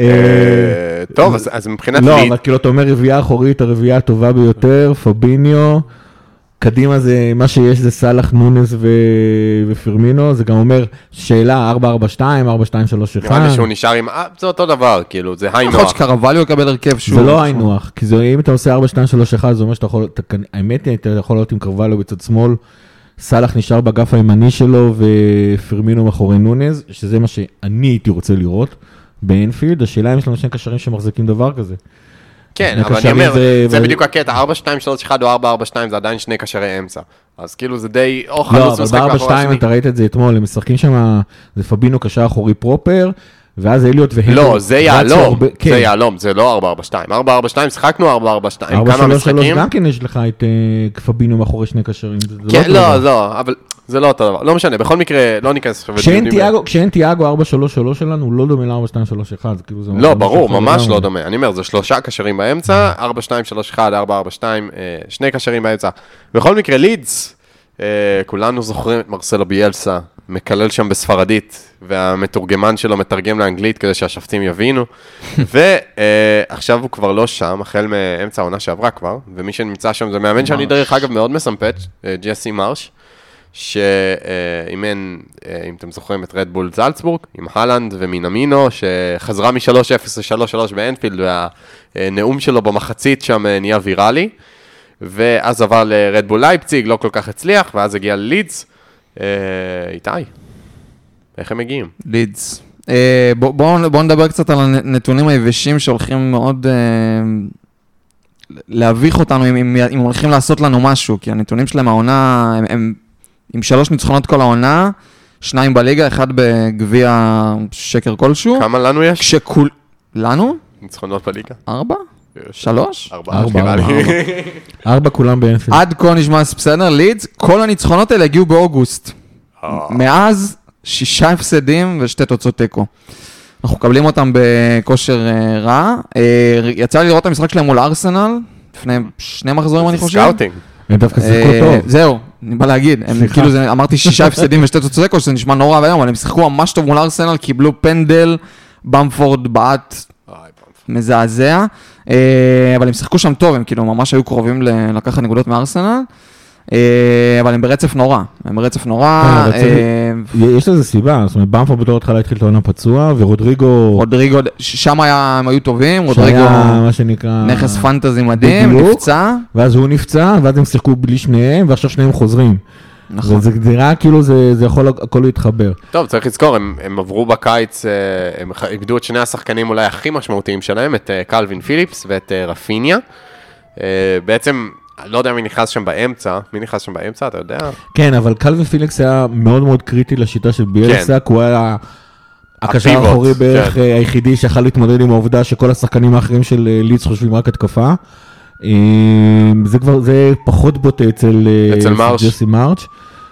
טוב, אז מבחינת... לא, אבל כאילו אתה אומר רביעה אחורית, הרביעה הטובה ביותר, פביניו, קדימה זה, מה שיש זה סלח, נונס ופירמינו, זה גם אומר שאלה 4-4-2, 4-2-3-1. נראה לי שהוא נשאר עם, זה אותו דבר, כאילו, זה היי נוח. יכול שקרווליו יקבל הרכב שוב. זה לא היי נוח, כי אם אתה עושה 4-2-3-1, זה אומר שאתה יכול, האמת היא, אתה יכול להיות עם קרווליו בצד שמאל, סלח נשאר באגף הימני שלו, ופירמינו מאחורי נונס, שזה מה שאני הייתי רוצה לראות באנפילד. השאלה אם יש לנו שני קשרים שמחזיקים דבר כזה. כן, אבל אני אומר, זה בדיוק הקטע, 4-2-3-1 או 4-4-2 זה עדיין שני קשרי אמצע. אז כאילו זה די, או חלוץ משחק מאחורי השני. ב-4-2 אתה ראית את זה אתמול, הם משחקים שם, זה פבינו קשר אחורי פרופר, ואז אליוט והנדו. לא, זה יעלום, זה לא 4-4-2. 4-4-2, שחקנו 4-4-2. 4-3-3 גם כן יש לך את פבינו מאחורי שני קשרים. כן, לא, אבל זה לא אותו דבר. לא משנה, בכל מקרה, לא ניכנס. כשאין תיאגו 4-3-3 שלנו, הוא לא דומה ל-4-2-3-1. לא, ברור, ממש לא דומה. אני אומר, זה 3 קשרים באמצע, 4-2-3-1, 4-4-2, 2 קשרים באמצע. בכל מקרה, לידס, כולנו זוכרים את מרסלו ביאלסה, מקלל שם בספרדית, והמתורגמן שלו מתרגם לאנגלית כדי שהשפטים יבינו, ועכשיו הוא כבר לא שם, החל מאמצע העונה שעברה כבר, ומי שנמצא שם זה מאמן שאני דרך אגב מאוד מסמפת, ג'סי מרש, שאימן, אם אתם זוכרים, את רדבול זלצבורג, עם הלנד ומינמינו, שחזרה מ-3-0 ל-3-3 באנפילד, והנאום שלו במחצית שם נהיה ויראלי, ואז עבר לרדבול לייפציג, לא כל כך הצליח, ואז הגיע ללידס. איתי, איך הם מגיעים? לידס. בואו נדבר קצת על הנתונים היבשים שהולכים מאוד להביך אותנו אם הולכים לעשות לנו משהו, כי הנתונים שלהם העונה, הם עם 3 ניצחונות כל העונה, 2 בליגה, 1 בגביע שקר כלשהו. כמה לנו יש? לנו? ניצחונות בליגה? 4? 3? 4 כולם באנפילד. עד כה נשמע בסדר, לידס, כל הניצחונות האלה הגיעו באוגוסט. מאז 6 הפסדים ו2 תוצאות תיקו. אנחנו מקבלים אותם בכושר רע. יצא לי לראות את המשחק שלהם מול ארסנל, לפני 2 מחזורים אני חושב. סקאוטינג. הם דווקא שיחקו טוב. זהו, אני בא להגיד, כאילו אמרתי 6 הפסדים ו2 תוצאות תיקו, שזה נשמע נורא והיום, אבל הם שיחקו ממש טוב מול ארסנל, קיבלו פנדל, במפורד בעט מזעזע, אבל הם שיחקו שם טוב, הם כאילו ממש היו קרובים לקחת נקודות מארסנל, אבל הם ברצף נורא, יש לזה סיבה, זאת אומרת, במפורד בתור התחלה התחיל את העונה פצוע, ורודריגו, שם הם היו טובים, רודריגו שהיה מה שנקרא נכס פנטזי מדהים, נפצע, ואז הוא נפצע, ואז הם שיחקו בלי שניהם, ועכשיו שניהם חוזרים. נכון. וזה נראה כאילו זה יכול הכל להתחבר. טוב, צריך לזכור, הם עברו בקיץ, הם איבדו את 2 השחקנים אולי הכי משמעותיים שלהם, את קלווין פיליפס ואת רפיניה. בעצם, לא יודע מי נכנס שם באמצע, אתה יודע? כן, אבל קלווין פיליפס היה מאוד מאוד קריטי לשיטה של ביאלסק, הוא היה הקשר האחורי בערך היחידי שיכל להתמודד עם העובדה שכל השחקנים האחרים של לידס חושבים רק התקפה. זה פחות בוטה אצל ג'סי מרץ'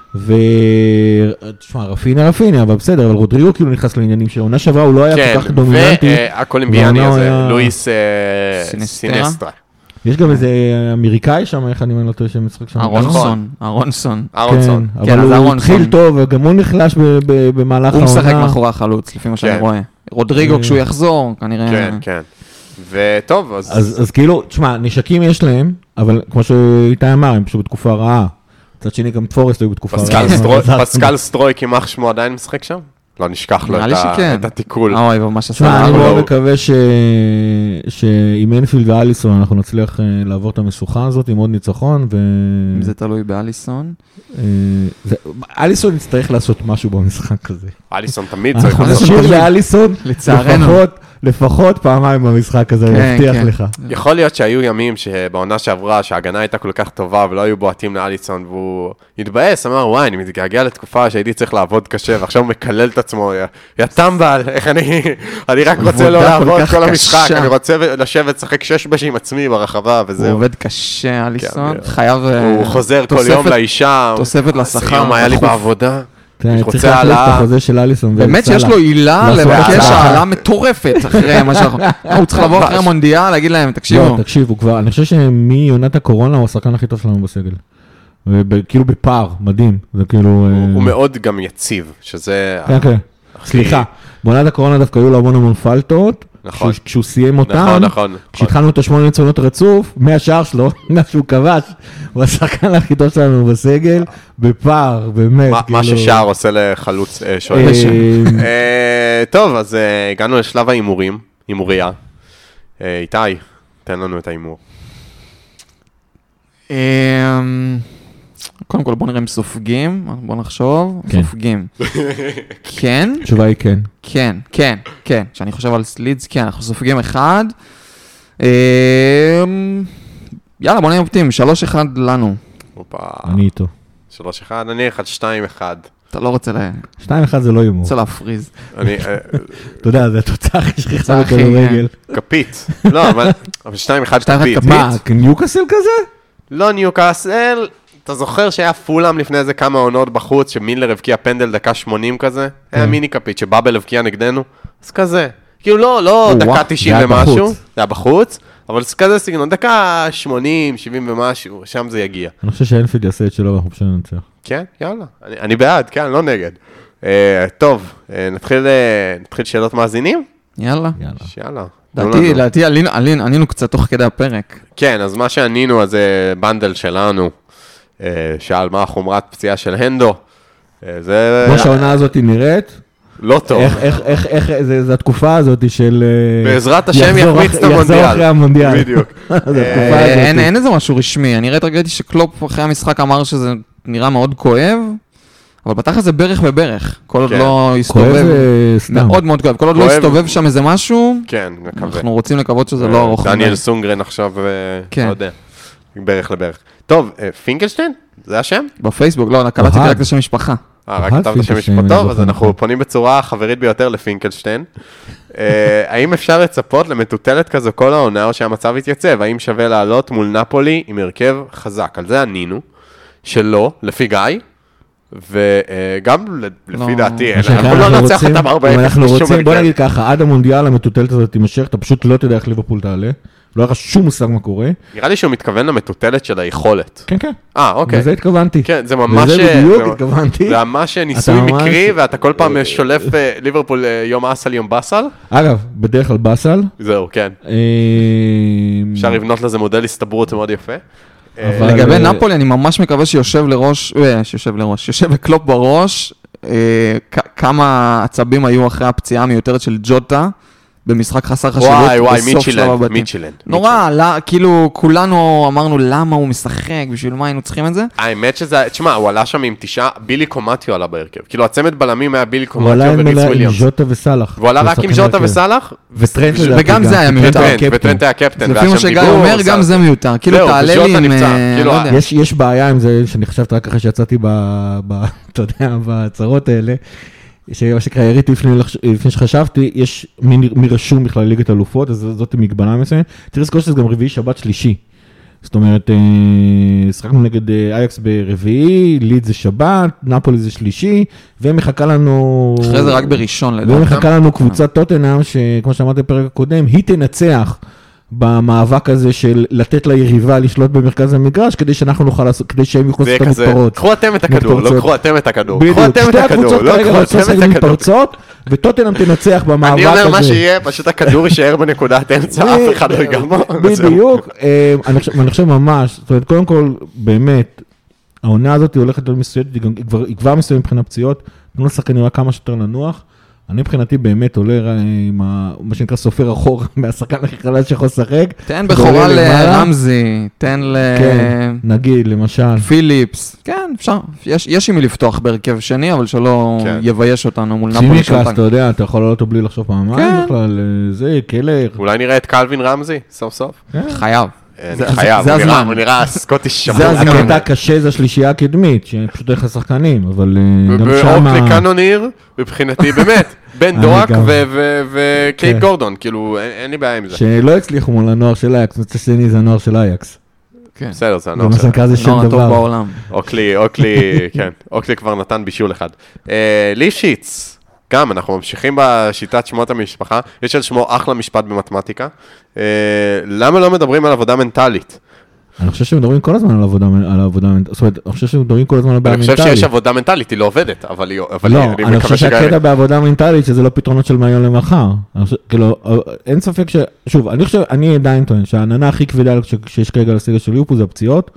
ותשמע, רפיניה, אבל בסדר, אבל רודריגו כאילו נכנס לעניינים שהעונה שעברה, הוא לא היה כל כך דומיננטי. והקולומביאני הזה, לואיס סינסטרה. יש גם איזה אמריקאי שם, איך אני לא טועה שמשחק שם. אהרונסון. אבל הוא התחיל טוב, וגם הוא נחלש במהלך העונה. הוא משחק מאחורי החלוץ, לפי מה שאני רואה. רודריגו כשהוא יחזור, כנראה. כן. וטוב, אז כאילו, תשמע, נשקים יש להם, אבל כמו שאיתי אמר, הם פשוט בתקופה רעה. קצת שני גם פורסט היו בתקופה רעה. פסקל סטרוי, כמח שמו עדיין משחק שם? לא נשכח לו את התיקול. אוי, ממש עשה. אני מאוד מקווה שעם אנפילד ואליסון אנחנו נצליח לעבור את המשוכה הזאת עם עוד ניצחון. אם זה תלוי באליסון. אליסון יצטרך לעשות משהו במשחק הזה. אליסון תמיד צריך אנחנו נשאיר לאליסון לפחות פעמיים במשחק הזה, אני מבטיח לך. יכול להיות שהיו ימים שבעונה שעברה, שההגנה הייתה כל כך טובה ולא היו בועטים לאליסון, והוא התבאס, אמר, וואי, אני מתגעגע לתקופה שהייתי צריך לעבוד קשה, ועכשיו הוא מקלל את עצמו, יא טמבל, איך אני רק רוצה לא לעבוד כל המשחק, אני רוצה לשבת, לשחק 6 עם עצמי ברחבה, וזהו. הוא עובד קשה, אליסון, חייב... הוא חוזר כל יום לאישה, תוספת לשכר. היום היה לי בעבודה. צריך להחליט את החוזה של אליסון. באמת שיש לו עילה לבקש העלה מטורפת אחרי מה שאנחנו... הוא צריך לבוא אחרי המונדיאל, להגיד להם, תקשיבו. תקשיבו כבר, אני חושב שמעונת הקורונה הוא השחקן הכי טוב שלנו בסגל. כאילו בפער, מדהים. זה כאילו... הוא מאוד גם יציב, שזה... כן. סליחה, בעונת הקורונה דווקא היו לו המון פלטות. נכון. כשהוא סיים אותם, כשהתחלנו את 8 ניצחונות רצוף, מהשאר שלו, מה שהוא כבש, הוא השחקן הכי טוב שלנו בסגל, בפער, באמת. מה ששער עושה לחלוץ שואל. טוב, אז הגענו לשלב ההימורים, הימוריה. איתי, תן לנו את ההימור. קודם כל בוא נראה אם סופגים, בוא נחשוב, סופגים. כן? התשובה היא כן. כן. כשאני חושב על לידס, כן, אנחנו סופגים 1. יאללה, בוא נהיה אופטימיים, 3-1 לנו. אני איתו. 3-1, אני 1-2-1. אתה לא רוצה 2-1 זה לא הימור. רוצה להפריז. אתה יודע, זה התוצאה הכי שכיחה בכדורגל. כפית. לא, אבל 2-1 כפית. מה, ניוקאסל כזה? לא ניוקאסל. אתה זוכר שהיה פולאם לפני איזה כמה עונות בחוץ, שמילר הבקיע פנדל דקה 80 כזה? היה מיני כפית, שבאבל הבקיע נגדנו? אז כזה. כאילו לא דקה 90 ומשהו, זה היה בחוץ, אבל זה כזה סגנון, דקה 80, 70 ומשהו, שם זה יגיע. אני חושב שאנפילד יעשה את שלו, ואנחנו פשוט ננצח. כן, יאללה. אני בעד, כן, לא נגד. טוב, נתחיל שאלות מאזינים? יאללה. לדעתי עלינו קצת תוך כדי הפרק. כן, אז מה שענינו, אז בנדל שלנו, שאל מה חומרת פציעה של הנדו. כמו שהעונה הזאת נראית, לא טוב. איך, זה התקופה הזאת של... בעזרת השם יחמיץ את המונדיאל. יחזור אחרי המונדיאל. בדיוק. אין איזה משהו רשמי, אני ראיתי שקלופ אחרי המשחק אמר שזה נראה מאוד כואב, אבל בתכל'ס זה ברך וברך, כל עוד לא יסתובב, מאוד מאוד כואב, כל עוד לא יסתובב שם איזה משהו, כן, מקווה. אנחנו רוצים לקוות שזה לא ארוך. דניאל סונגרן עכשיו, לא יודע, ברך לברך. טוב, פינקלשטיין? זה השם? בפייסבוק, לא, קלטתי רק את השם משפחה. רק כתבת השם משפחה טוב, אז אנחנו פונים בצורה חברית ביותר לפינקלשטיין. האם אפשר לצפות למטוטלת כזו כל העונה, או שהמצב יתייצב? האם שווה לעלות מול נפולי עם הרכב חזק? על זה ענינו, שלא, לפי גיא, וגם לפי דעתי, אנחנו לא נצח את ה4-0 בשום מקרה. בוא נגיד ככה, עד המונדיאל המטוטלת הזאת תימשך, אתה פשוט לא תדע איך ליברפול תעלה, לא היה שום מושג מה קורה. נראה לי שהוא מתכוון למטוטלת של היכולת. כן, כן. אוקיי. לזה התכוונתי. כן, זה ממש... לזה בדיוק התכוונתי. זה ממש ניסוי מקרי, ואתה כל פעם שולף ליברפול יום אסל, יום בסל. אגב, בדרך כלל בסל. זהו, כן. אפשר לבנות לזה מודל הסתברות מאוד יפה. לגבי נפולי, אני ממש מקווה שיושב לקלופ בראש, כמה עצבים היו אחרי הפציעה המיותרת של ג'וטה, במשחק חסר חשיבות. וואי, מיטשילנד. נורא, כאילו כולנו אמרנו למה הוא משחק, בשביל מה היינו צריכים את זה? האמת שזה, תשמע, הוא עלה שם עם 9, בילי קומטיו עלה בהרכב. כאילו הצמד בלמים היה בילי קומטיו וריס וויליאמס. הוא עלה עם ז'וטה וסלח. והוא עלה רק עם ז'וטה וסלח? וגם זה היה מיותר. וטרנט היה קפטן. לפי מה שגיא אומר, גם זה מיותר. כאילו תעלה לי עם... יש בעיה עם זה, שאני חשבתי רק אחרי שיצאתי אתה יודע, בצרות האלה, שמה שקרה, הראיתי לפני שחשבתי, יש מרשום בכלל ליגת אלופות, אז זאת מגבלה מסוימת. צריך לזכור שזה גם רביעי, שבת, שלישי. זאת אומרת, שחקנו נגד אייקס ברביעי, ליד זה שבת, נפולי זה שלישי, ומחכה לנו... אחרי זה רק בראשון לדעתם. ומחכה לנו קבוצת טוטנהאם, שכמו שאמרתי בפרק הקודם, היא תנצח במאבק הזה של לתת ליריבה לשלוט במרכז המגרש, כדי שאנחנו נוכל לעשות, כדי שהם יוכלו לעשות את המתפרות. קחו אתם את הכדור, לא קחו אתם את הכדור. בדיוק, שתי הקבוצות כרגע רוצות לשחק מתפרצות, וטוטנהאם תנצח במאבק הזה. אני אומר מה שיהיה, פשוט הכדור יישאר בנקודת אמצע, אף אחד לא יגמר. בדיוק, אני חושב ממש, זאת אומרת, קודם כל, באמת, העונה הזאת היא הולכת להיות מסוימת, היא כבר מסוימת מבחינת פציעות, תנו לשחקנים רק כמה שיותר לנוח. אני מבחינתי באמת עולה עם מה שנקרא סופר אחור מהשחקן הכי חלש שיכול לשחק. תן בכורה לרמזי, תן נגיד, למשל. פיליפס, כן, אפשר. יש עם מי לפתוח בהרכב שני, אבל שלא יבייש אותנו מול נפולי. צימקס, אתה יודע, אתה יכול לעלות בלי לחשוב פעמיים בכלל, זה, קלר. אולי נראה את קלווין רמזי, סוף סוף. חייב. זה חייב, הוא נראה סקוטיש שבור. זה הקטע קשה, זה השלישייה הקדמית, שפשוט הולך לשחקנים, אבל גם שם... אוקלי קאנוניר, מבחינתי, באמת, בן דורק וקייט גורדון, כאילו, אין לי בעיה עם זה. שלא הצליחו מול הנוער של אייקס, מצא שני זה הנוער של אייקס. בסדר, זה הנוער של אייקס. זה שם דבר. אוקלי כבר נתן בישול אחד. ליפשיץ. גם, אנחנו ממשיכים בשיטת שמות המשפחה, יש על שמו אחלה משפט במתמטיקה. למה לא מדברים על עבודה מנטלית? אני חושב שמדברים כל הזמן על עבודה מנטלית, זאת אומרת, אני חושב שמדברים כל הזמן על עבודה מנטלית. אני חושב שיש עבודה מנטלית, היא לא עובדת, אבל לא, אני חושב שהקטע בעבודה מנטלית, שזה לא פתרונות של מהיום למחר. כאילו, אין ספק שוב, אני עדיין טוען, שהעננה הכי כבדה שיש כרגע לסגל של ליברפול זה הפציעות,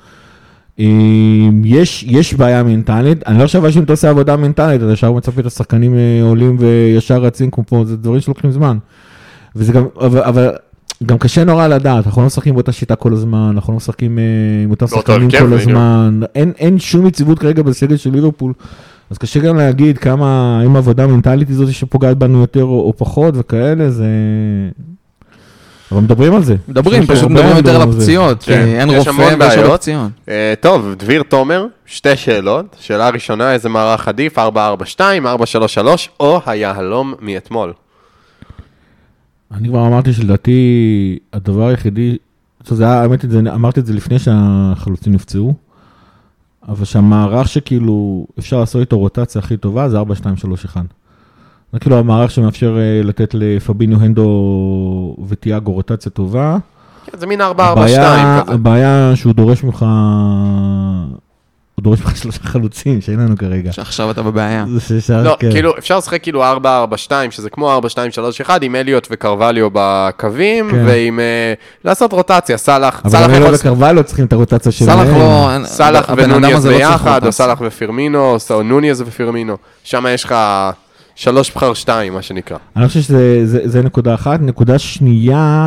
יש בעיה מנטלית, אני לא חושב שאם אתה עושה עבודה מנטלית, אתה ישר מצפה את השחקנים עולים וישר רצים כמו פה, זה דברים שלוקחים זמן. וזה גם, אבל גם קשה נורא לדעת, אנחנו לא משחקים באותה שיטה כל הזמן, אנחנו לא משחקים עם אותם שחקנים כל הזמן, אין שום יציבות כרגע בסגל של ליברפול, אז קשה גם להגיד כמה, אם עבודה מנטלית היא זאת שפוגעת בנו יותר או פחות וכאלה, זה... אבל מדברים על זה. פשוט מדברים יותר על הפציעות, כי אין רופא ויש עוד פציעות. טוב, דביר תומר, שתי שאלות. שאלה ראשונה, איזה מערך עדיף, 4-4-2, 4-3-3, או היהלום מאתמול? אני כבר אמרתי שלדעתי, הדבר היחידי, האמת, אמרתי את זה לפני שהחלוצים נפצעו, אבל שהמערך שכאילו אפשר לעשות איתו רוטציה הכי טובה, זה 4-2-3-1. זה כאילו המערך שמאפשר לתת לפביניו הנדו ותיאגו רוטציה טובה. כן, זה מין 4-4-2 כזה. הבעיה שהוא דורש ממך, הוא דורש ממך 3 חלוצים שאין לנו כרגע. שעכשיו אתה בבעיה. לא, כאילו, אפשר לשחק כאילו 4-4-2, שזה כמו 4-2-3-1, עם אליוט וקרווליו בקווים, ועם לעשות רוטציה, סלח. אבל אליוט וקרווליו צריכים את הרוטציה שלהם. סלח ונוניאז ביחד, או סלח ופירמינו, או נוניאז ופירמינו. שם יש לך... 3-2, מה שנקרא. אני חושב שזה נקודה אחת. נקודה שנייה,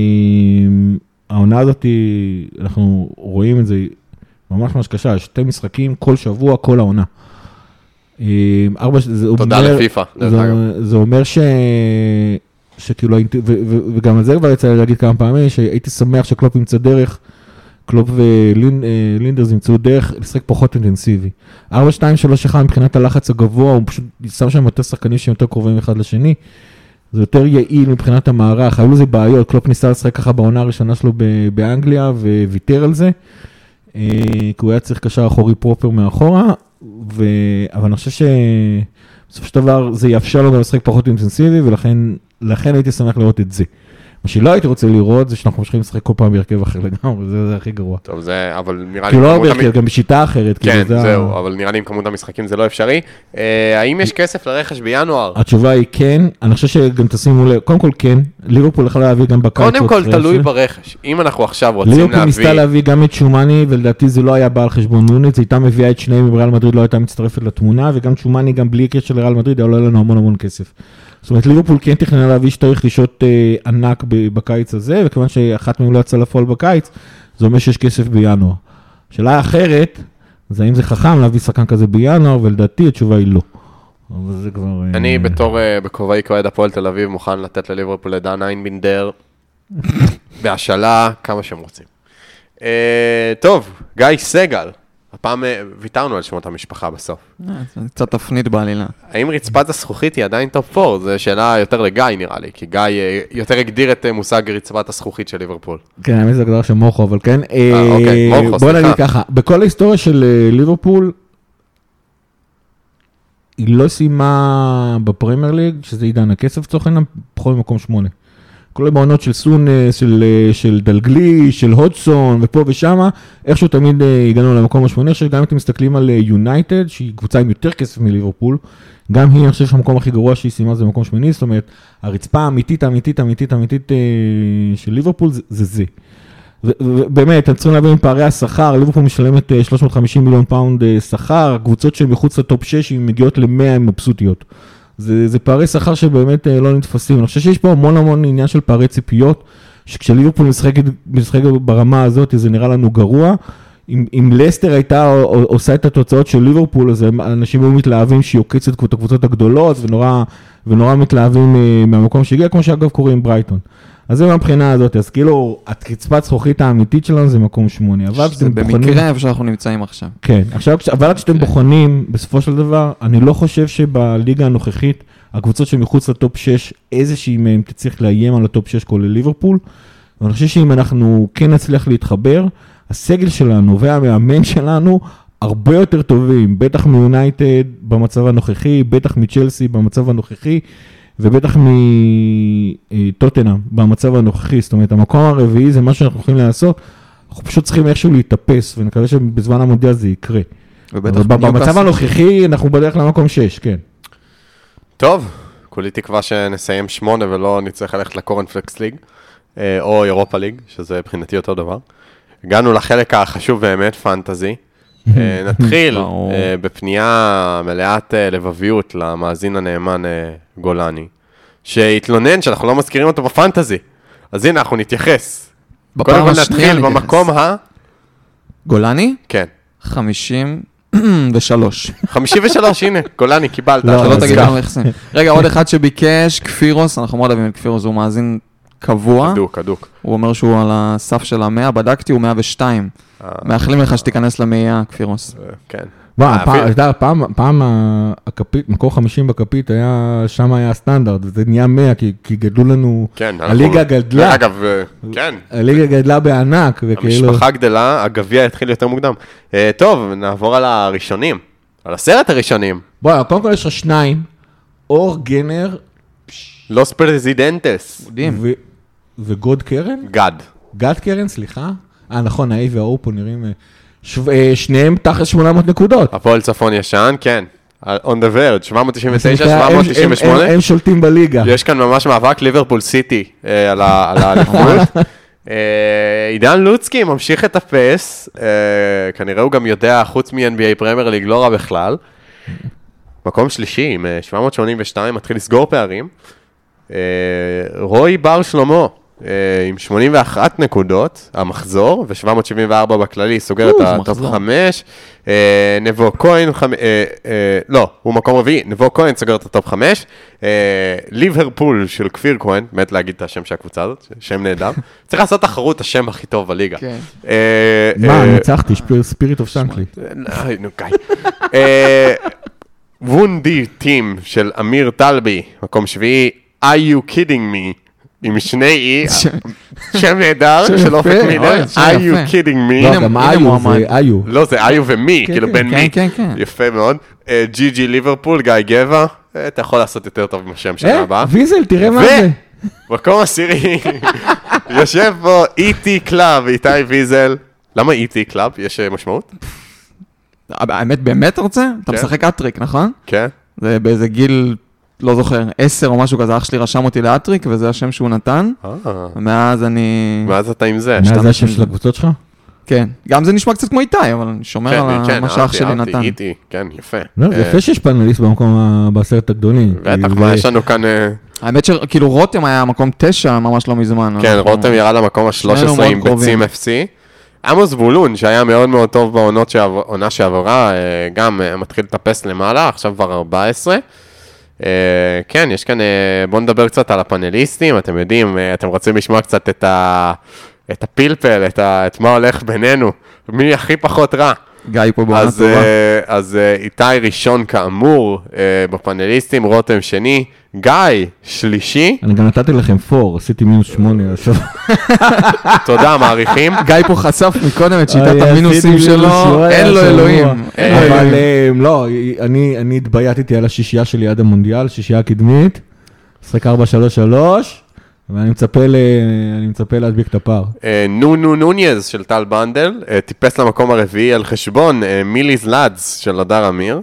העונה הזאת, אנחנו רואים את זה ממש ממש קשה, 2 משחקים כל שבוע, כל העונה. תודה לפיפה. זה אומר שכאילו, וגם על זה כבר יצא להגיד כמה פעמים, שהייתי שמח שקלופ ימצא דרך, קלופ ולינדרס ימצאו דרך לשחק פחות אינטנסיבי. 4-2-3-1 מבחינת הלחץ הגבוה, הוא פשוט שם שם יותר שחקנים שהם יותר קרובים אחד לשני, זה יותר יעיל מבחינת המערך, היו לזה בעיות, קלופ ניסה לשחק ככה בעונה הראשונה שלו באנגליה, וויתר על זה, כי הוא היה צריך קשר אחורי פרופר מאחורה, אבל אני חושב שבסופו של דבר זה יאפשר לו גם לשחק פחות אינטנסיבי, ולכן הייתי שמח לראות את זה. מה שלא הייתי רוצה לראות זה שאנחנו ממשיכים לשחק כל פעם בהרכב אחר לגמרי, זה הכי גרוע. טוב, זה, אבל נראה לי... כי לא בהרכב, גם בשיטה אחרת. כן, זהו, אבל נראה לי עם כמות המשחקים זה לא אפשרי. האם יש כסף לרכש בינואר? התשובה היא כן, אני חושב שגם תשימו לב, קודם כל כן, ליברפול יכולה להביא גם בקיץ. קודם כל תלוי ברכש, אם אנחנו עכשיו רוצים להביא... ליברפול ניסתה להביא גם את שומני, ולדעתי זה לא היה בא על חשבון נוניץ, זה הייתה מביאה את שניהם, וריאל מדריד לא הייתה מצטרפת לתמונה, וגם שומני גם בלי קשר לריאל מדריד, היה עולה לנו המון המון כסף. זאת אומרת, ליברפול כן תכננה להביא 2 רכישות ענק בקיץ הזה, וכיוון שאחת מהם לא יצא לפועל בקיץ, זה אומר שיש כסף בינואר. שאלה אחרת, זה האם זה חכם להביא שחקן כזה בינואר, ולדעתי התשובה היא לא. אבל זה כבר... אני בתור בכובעי כאוהד הפועל תל אביב מוכן לתת לליברפול את דן איינבינדר, בהשאלה, כמה שהם רוצים. טוב, גיא סגל. הפעם ויתרנו על שמות המשפחה בסוף. זה קצת תפנית בעלילה. האם רצפת הזכוכית היא עדיין טופ 4? זו שאלה יותר לגיא נראה לי, כי גיא יותר הגדיר את מושג רצפת הזכוכית של ליברפול. כן, האמת זה הגדרה של מוחו, אבל כן. אוקיי, מוחו, בוא נגיד ככה, בכל ההיסטוריה של ליברפול, היא לא סיימה בפרמייר ליג, שזה עידן הכסף צורכן, פחות במקום 8. כל המעונות של סונס, של דלגלי, של הודסון, ופה ושמה, איכשהו תמיד הגענו למקום השמונה, שגם אתם מסתכלים על יונייטד, שהיא קבוצה עם יותר כסף מליברפול, גם היא, אני חושב שהמקום הכי גרוע שהיא סיימה זה במקום שמיני, זאת אומרת, הרצפה האמיתית של ליברפול זה. ובאמת, אתם צריכים להבין עם פערי השכר, ליברפול משלמת 350 מיליון פאונד שכר, הקבוצות שהן מחוץ לטופ 6, הן מגיעות ל100 עם מבסוטיות. זה פערי שכר שבאמת לא נתפסים. אני חושב שיש פה המון עניין של פערי ציפיות, שכשליברפול משחק ברמה הזאת, זה נראה לנו גרוע. אם לסטר הייתה עושה את התוצאות של ליברפול, אז אנשים היו מתלהבים שהיא עוקצת את הקבוצות הגדולות, ונורא מתלהבים מהמקום שהגיע, כמו שאגב קורה עם ברייטון. אז זה מהבחינה הזאת, אז כאילו, הקצפת זכוכית האמיתית שלנו זה מקום 8. זה במקרה איפה שאנחנו נמצאים עכשיו. כן, אבל כשאתם בוחנים, בסופו של דבר, אני לא חושב שבליגה הנוכחית, הקבוצות שמחוץ לטופ 6, איזושהי מהם תצליח לאיים על הטופ 6 כולל ליברפול, ואני חושב שאם אנחנו כן נצליח להתחבר, הסגל שלנו והמאמן שלנו, הרבה יותר טובים, בטח מיונייטד במצב הנוכחי, בטח מצ'לסי במצב הנוכחי, ובטח מטוטנהאם במצב הנוכחי, זאת אומרת, המקום הרביעי זה מה שאנחנו יכולים לעשות, אנחנו פשוט צריכים איכשהו להתאפס, ונקווה שבזמן המונדיאל זה יקרה. במצב הנוכחי אנחנו בדרך למקום 6, כן. טוב, כולי תקווה שנסיים 8 ולא נצטרך ללכת לקורנפלקס ליג, או אירופה ליג, שזה מבחינתי אותו דבר. הגענו לחלק החשוב באמת, פנטזי. נתחיל בפנייה מלאת לבביות למאזין הנאמן גולני, שהתלונן שאנחנו לא מזכירים אותו בפנטזי. אז הנה, אנחנו נתייחס. קודם כל נתחיל במקום גולני? כן. 53. 53, הנה, גולני, קיבלת. שלא תגיד לנו איך זה. רגע, עוד אחד שביקש, כפירוס, אנחנו מאוד אוהבים את כפירוס, הוא מאזין קבוע. הדוק. הוא אומר שהוא על הסף של 100, בדקתי, הוא 102. מאחלים לך שתיכנס ל100, כפירוס. כן. פעם מקור 50 בכפית, שם היה הסטנדרט, וזה נהיה 100, כי גדלו לנו, הליגה גדלה. אגב, כן. הליגה גדלה בענק. המשפחה גדלה, הגביע התחיל יותר מוקדם. טוב, נעבור על הראשונים, על 10 הראשונים. בוא, קודם כל יש לך 2, אור גנר. לוס פרזידנטס. וגוד קרן? גד קרן, סליחה. נכון, ה-A וה-O פה נראים, שניהם תחת 800 נקודות. הפועל צפון ישן, כן. On the verge, 799, 798. הם שולטים בליגה. יש כאן ממש מאבק ליברפול סיטי על האליפות. עידן לוצקי ממשיך את הפס, כנראה הוא גם יודע, חוץ מ-NBA פרמייר ליג, לא רע בכלל. מקום שלישי עם 782, מתחיל לסגור פערים. רוי בר שלמה, עם 81 נקודות, המחזור, ו-774 בכללי, סוגר את הטופ 5. נבו כהן, לא, הוא מקום רביעי, נבו כהן סוגר את הטופ 5. ליברפול של כפיר כהן, באמת להגיד את השם של הקבוצה הזאת, שם נהדר. צריך לעשות תחרות השם הכי טוב בליגה. מה, ניצחתי, ספיריט אוף שנקלי. נו, קאי. וונדי טים של אמיר טלבי, מקום שביעי, Are you kidding me? עם שני אי, שם נהדר של אופק מילר, Are you kidding me? לא, גם איו זה איו. לא, זה איו ומי, כאילו בין מי. יפה מאוד. ג'י ג'י ליברפול, גיא גבע, אתה יכול לעשות יותר טוב עם השם שלה הבאה. ויזל, תראה מה זה. ומקום עשירי, יושב פה איטי קלאב, איתי ויזל. למה איטי קלאב? יש משמעות? האמת, באמת אתה רוצה? אתה משחק אטריק, נכון? כן. זה באיזה גיל... לא זוכר, 10 או משהו כזה, אח שלי רשם אותי לאטריק, וזה השם שהוא נתן. ומאז אני... מאז אתה עם זה. מאז זה השם של הקבוצות שלך? כן. גם זה נשמע קצת כמו איתי, אבל אני שומר על מה שאח שלי נתן. איתי, כן, יפה. לא, זה יפה שיש פאנליסט במקום בעשרת הגדולים. בטח, מה יש לנו כאן... האמת שכאילו רותם היה מקום 9, ממש לא מזמן. כן, רותם ירד למקום ה-13 עם ביצים FC. עמוס בולון, שהיה מאוד מאוד טוב בעונה שעברה, גם מתחיל לטפס למעלה, עכשיו כבר 14. כן, יש כאן, בואו נדבר קצת על הפאנליסטים, אתם יודעים, אתם רוצים לשמוע קצת את הפלפל, את מה הולך בינינו, מי הכי פחות רע. גיא פה בעונה טובה. אז איתי ראשון כאמור בפאנליסטים, רותם שני, גיא שלישי. אני גם נתתי לכם 4, עשיתי -8. תודה, מעריכים. גיא פה חשף מקודם את שיטת המינוסים שלו, אין לו אלוהים. אבל לא, אני התבייתתי על השישייה שלי עד המונדיאל, שישייה קדמית, שחק 4-3-3, ואני מצפה להדביק את הפער. נוניז של טל בנדל, טיפס למקום הרביעי על חשבון מיליז לאדס של הדר אמיר,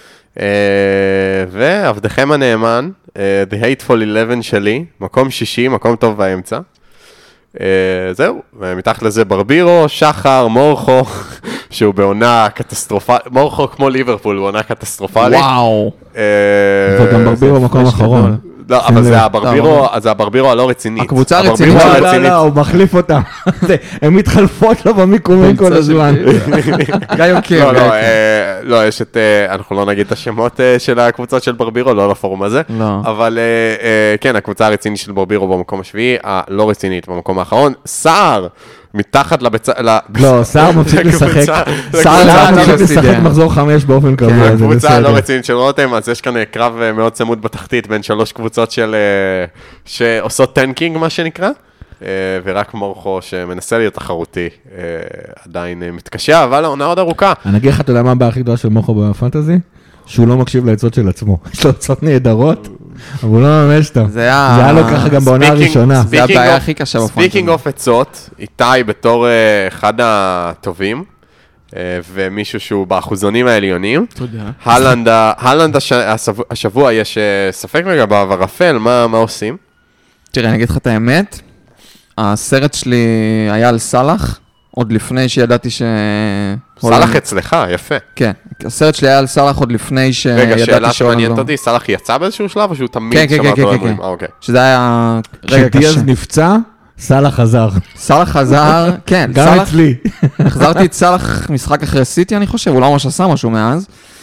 ועבדכם הנאמן, The Hateful 11 שלי, מקום שישי, מקום טוב באמצע. זהו, ומתחת לזה ברבירו, שחר, מורחו, שהוא בעונה קטסטרופלית, מורחו כמו ליברפול, הוא בעונה קטסטרופלית. וואו. וגם ברבירו במקום האחרון. לא, אבל זה הברבירו הלא רצינית. הקבוצה הרצינית. לא, הוא מחליף אותם. הם מתחלפות לו במיקומים כל הזמן. גיא עוקב. לא, יש את, אנחנו לא נגיד את השמות של הקבוצות של ברבירו, לא לפורום הזה. אבל כן, הקבוצה הרצינית של ברבירו במקום השביעי, הלא רצינית במקום האחרון. סער, מתחת לא, סער מפסיק לשחק. סער מפסיק לשחק מחזור 5 באופן קבוע. הקבוצה הלא רצינית של רותם, אז יש כאן קרב מאוד צמוד בתחתית בין 3 קבוצות שעושות טנקינג, מה שנקרא, ורק מורחו שמנסה להיות תחרותי, עדיין מתקשה, אבל העונה עוד ארוכה. אני אגיד לך, אתה יודע מה הבעיה הכי גדולה של מורחו בפנטזי? שהוא לא מקשיב לעצות של עצמו. יש לו עצות נהדרות, אבל הוא לא ממש אותם. זה היה לו ככה גם בעונה הראשונה. זה הבעיה הכי קשה בפנטזי. ספיקינג אוף עצות, איתי בתור אחד הטובים, ומישהו שהוא באחוזונים העליונים. תודה. הלנד השבוע יש ספק לגביו, הרפל, מה עושים? תראה, אני אגיד לך את האמת, הסרט שלי היה על סלח, עוד לפני שידעתי סלח אצלך, יפה. כן, הסרט שלי היה על סלח עוד לפני שידעתי רגע, שאלה שמעניינת אותי, סלח יצא באיזשהו שלב או שהוא תמיד שמע אותו אמורים? כן. שזה היה רגע קשה. כשדיאז נפצע, סלח חזר. סלח חזר, כן. גם אצלי. החזרתי את סלח משחק אחרי סיטי, אני חושב, הוא לא ממש עשה משהו מאז.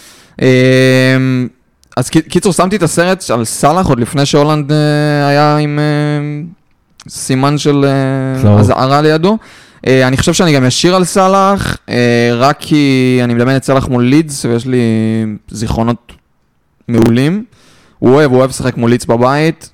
אז קיצור, שמתי את הסרט על סלח עוד לפני שהולנד היה עם סימן של הזערה לידו. אני חושב שאני גם ישיר על סלח, רק כי אני מדמיין את סלח מול לידס, ויש לי זיכרונות מעולים. הוא אוהב לשחק מול לידס בבית,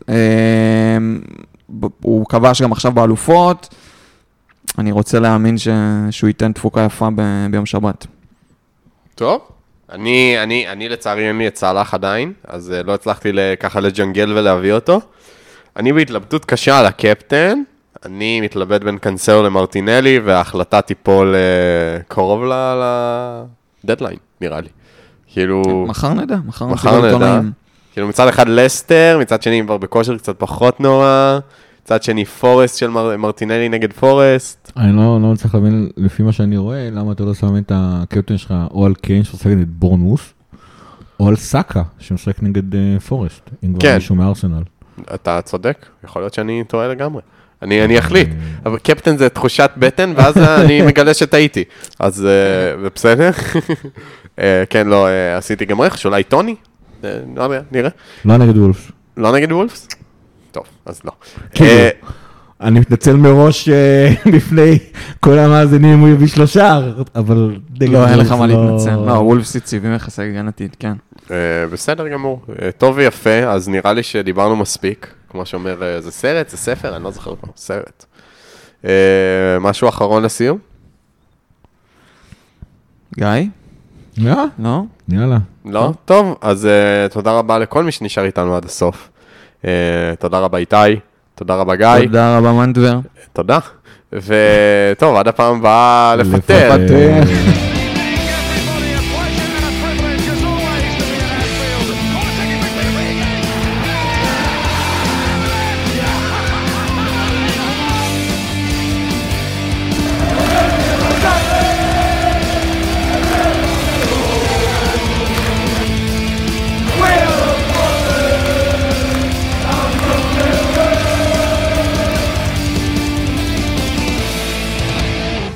הוא כבש גם עכשיו באלופות. אני רוצה להאמין שהוא ייתן תפוקה יפה ביום שבת. טוב, אני לצערי אין לי את סלח עדיין, אז לא הצלחתי ככה לג'נגל ולהביא אותו. אני בהתלבטות קשה על הקפטן, אני מתלבט בין קנסלו למרטינלי, וההחלטה תיפול קרוב לדדליין, נראה לי. כאילו... מחר נדע. כאילו מצד אחד לסטר, מצד שני כבר בכושר קצת פחות נורא, מצד שני פורסט של מרטינלי נגד פורסט. אני לא צריך להבין לפי מה שאני רואה, למה אתה לא שם את הקפטן שלך או על קיין שעושה את בורנמוס, או על סאקה, שמשחק נגד פורסט, אם כבר כן. מישהו מארסנל. אתה צודק, יכול להיות שאני טועה לגמרי. אני אחליט, אבל קפטן זה תחושת בטן, ואז אני מגלה שטעיתי. אז בסדר. כן, לא, עשיתי גם רכש, אולי טוני? לא יודע, נראה. לא נגד וולפס. לא נגד וולפס? טוב, אז לא. כאילו, אני מתנצל מראש בפני כל המאזינים, הוא יביא 3, אבל... לא, אין לך מה להתנצל. לא, וולפס יציבים יחסי הגנתית, כן. בסדר גמור. טוב ויפה, אז נראה לי שדיברנו מספיק. כמו שאומר, זה סרט, זה ספר, אני לא זוכר כבר, סרט. משהו אחרון לסיום? גיא? לא? יאללה. לא? טוב, אז תודה רבה לכל מי שנשאר איתנו עד הסוף. תודה רבה איתי, תודה רבה גיא. תודה רבה מנדבר. תודה. וטוב, עד הפעם הבאה לפטר.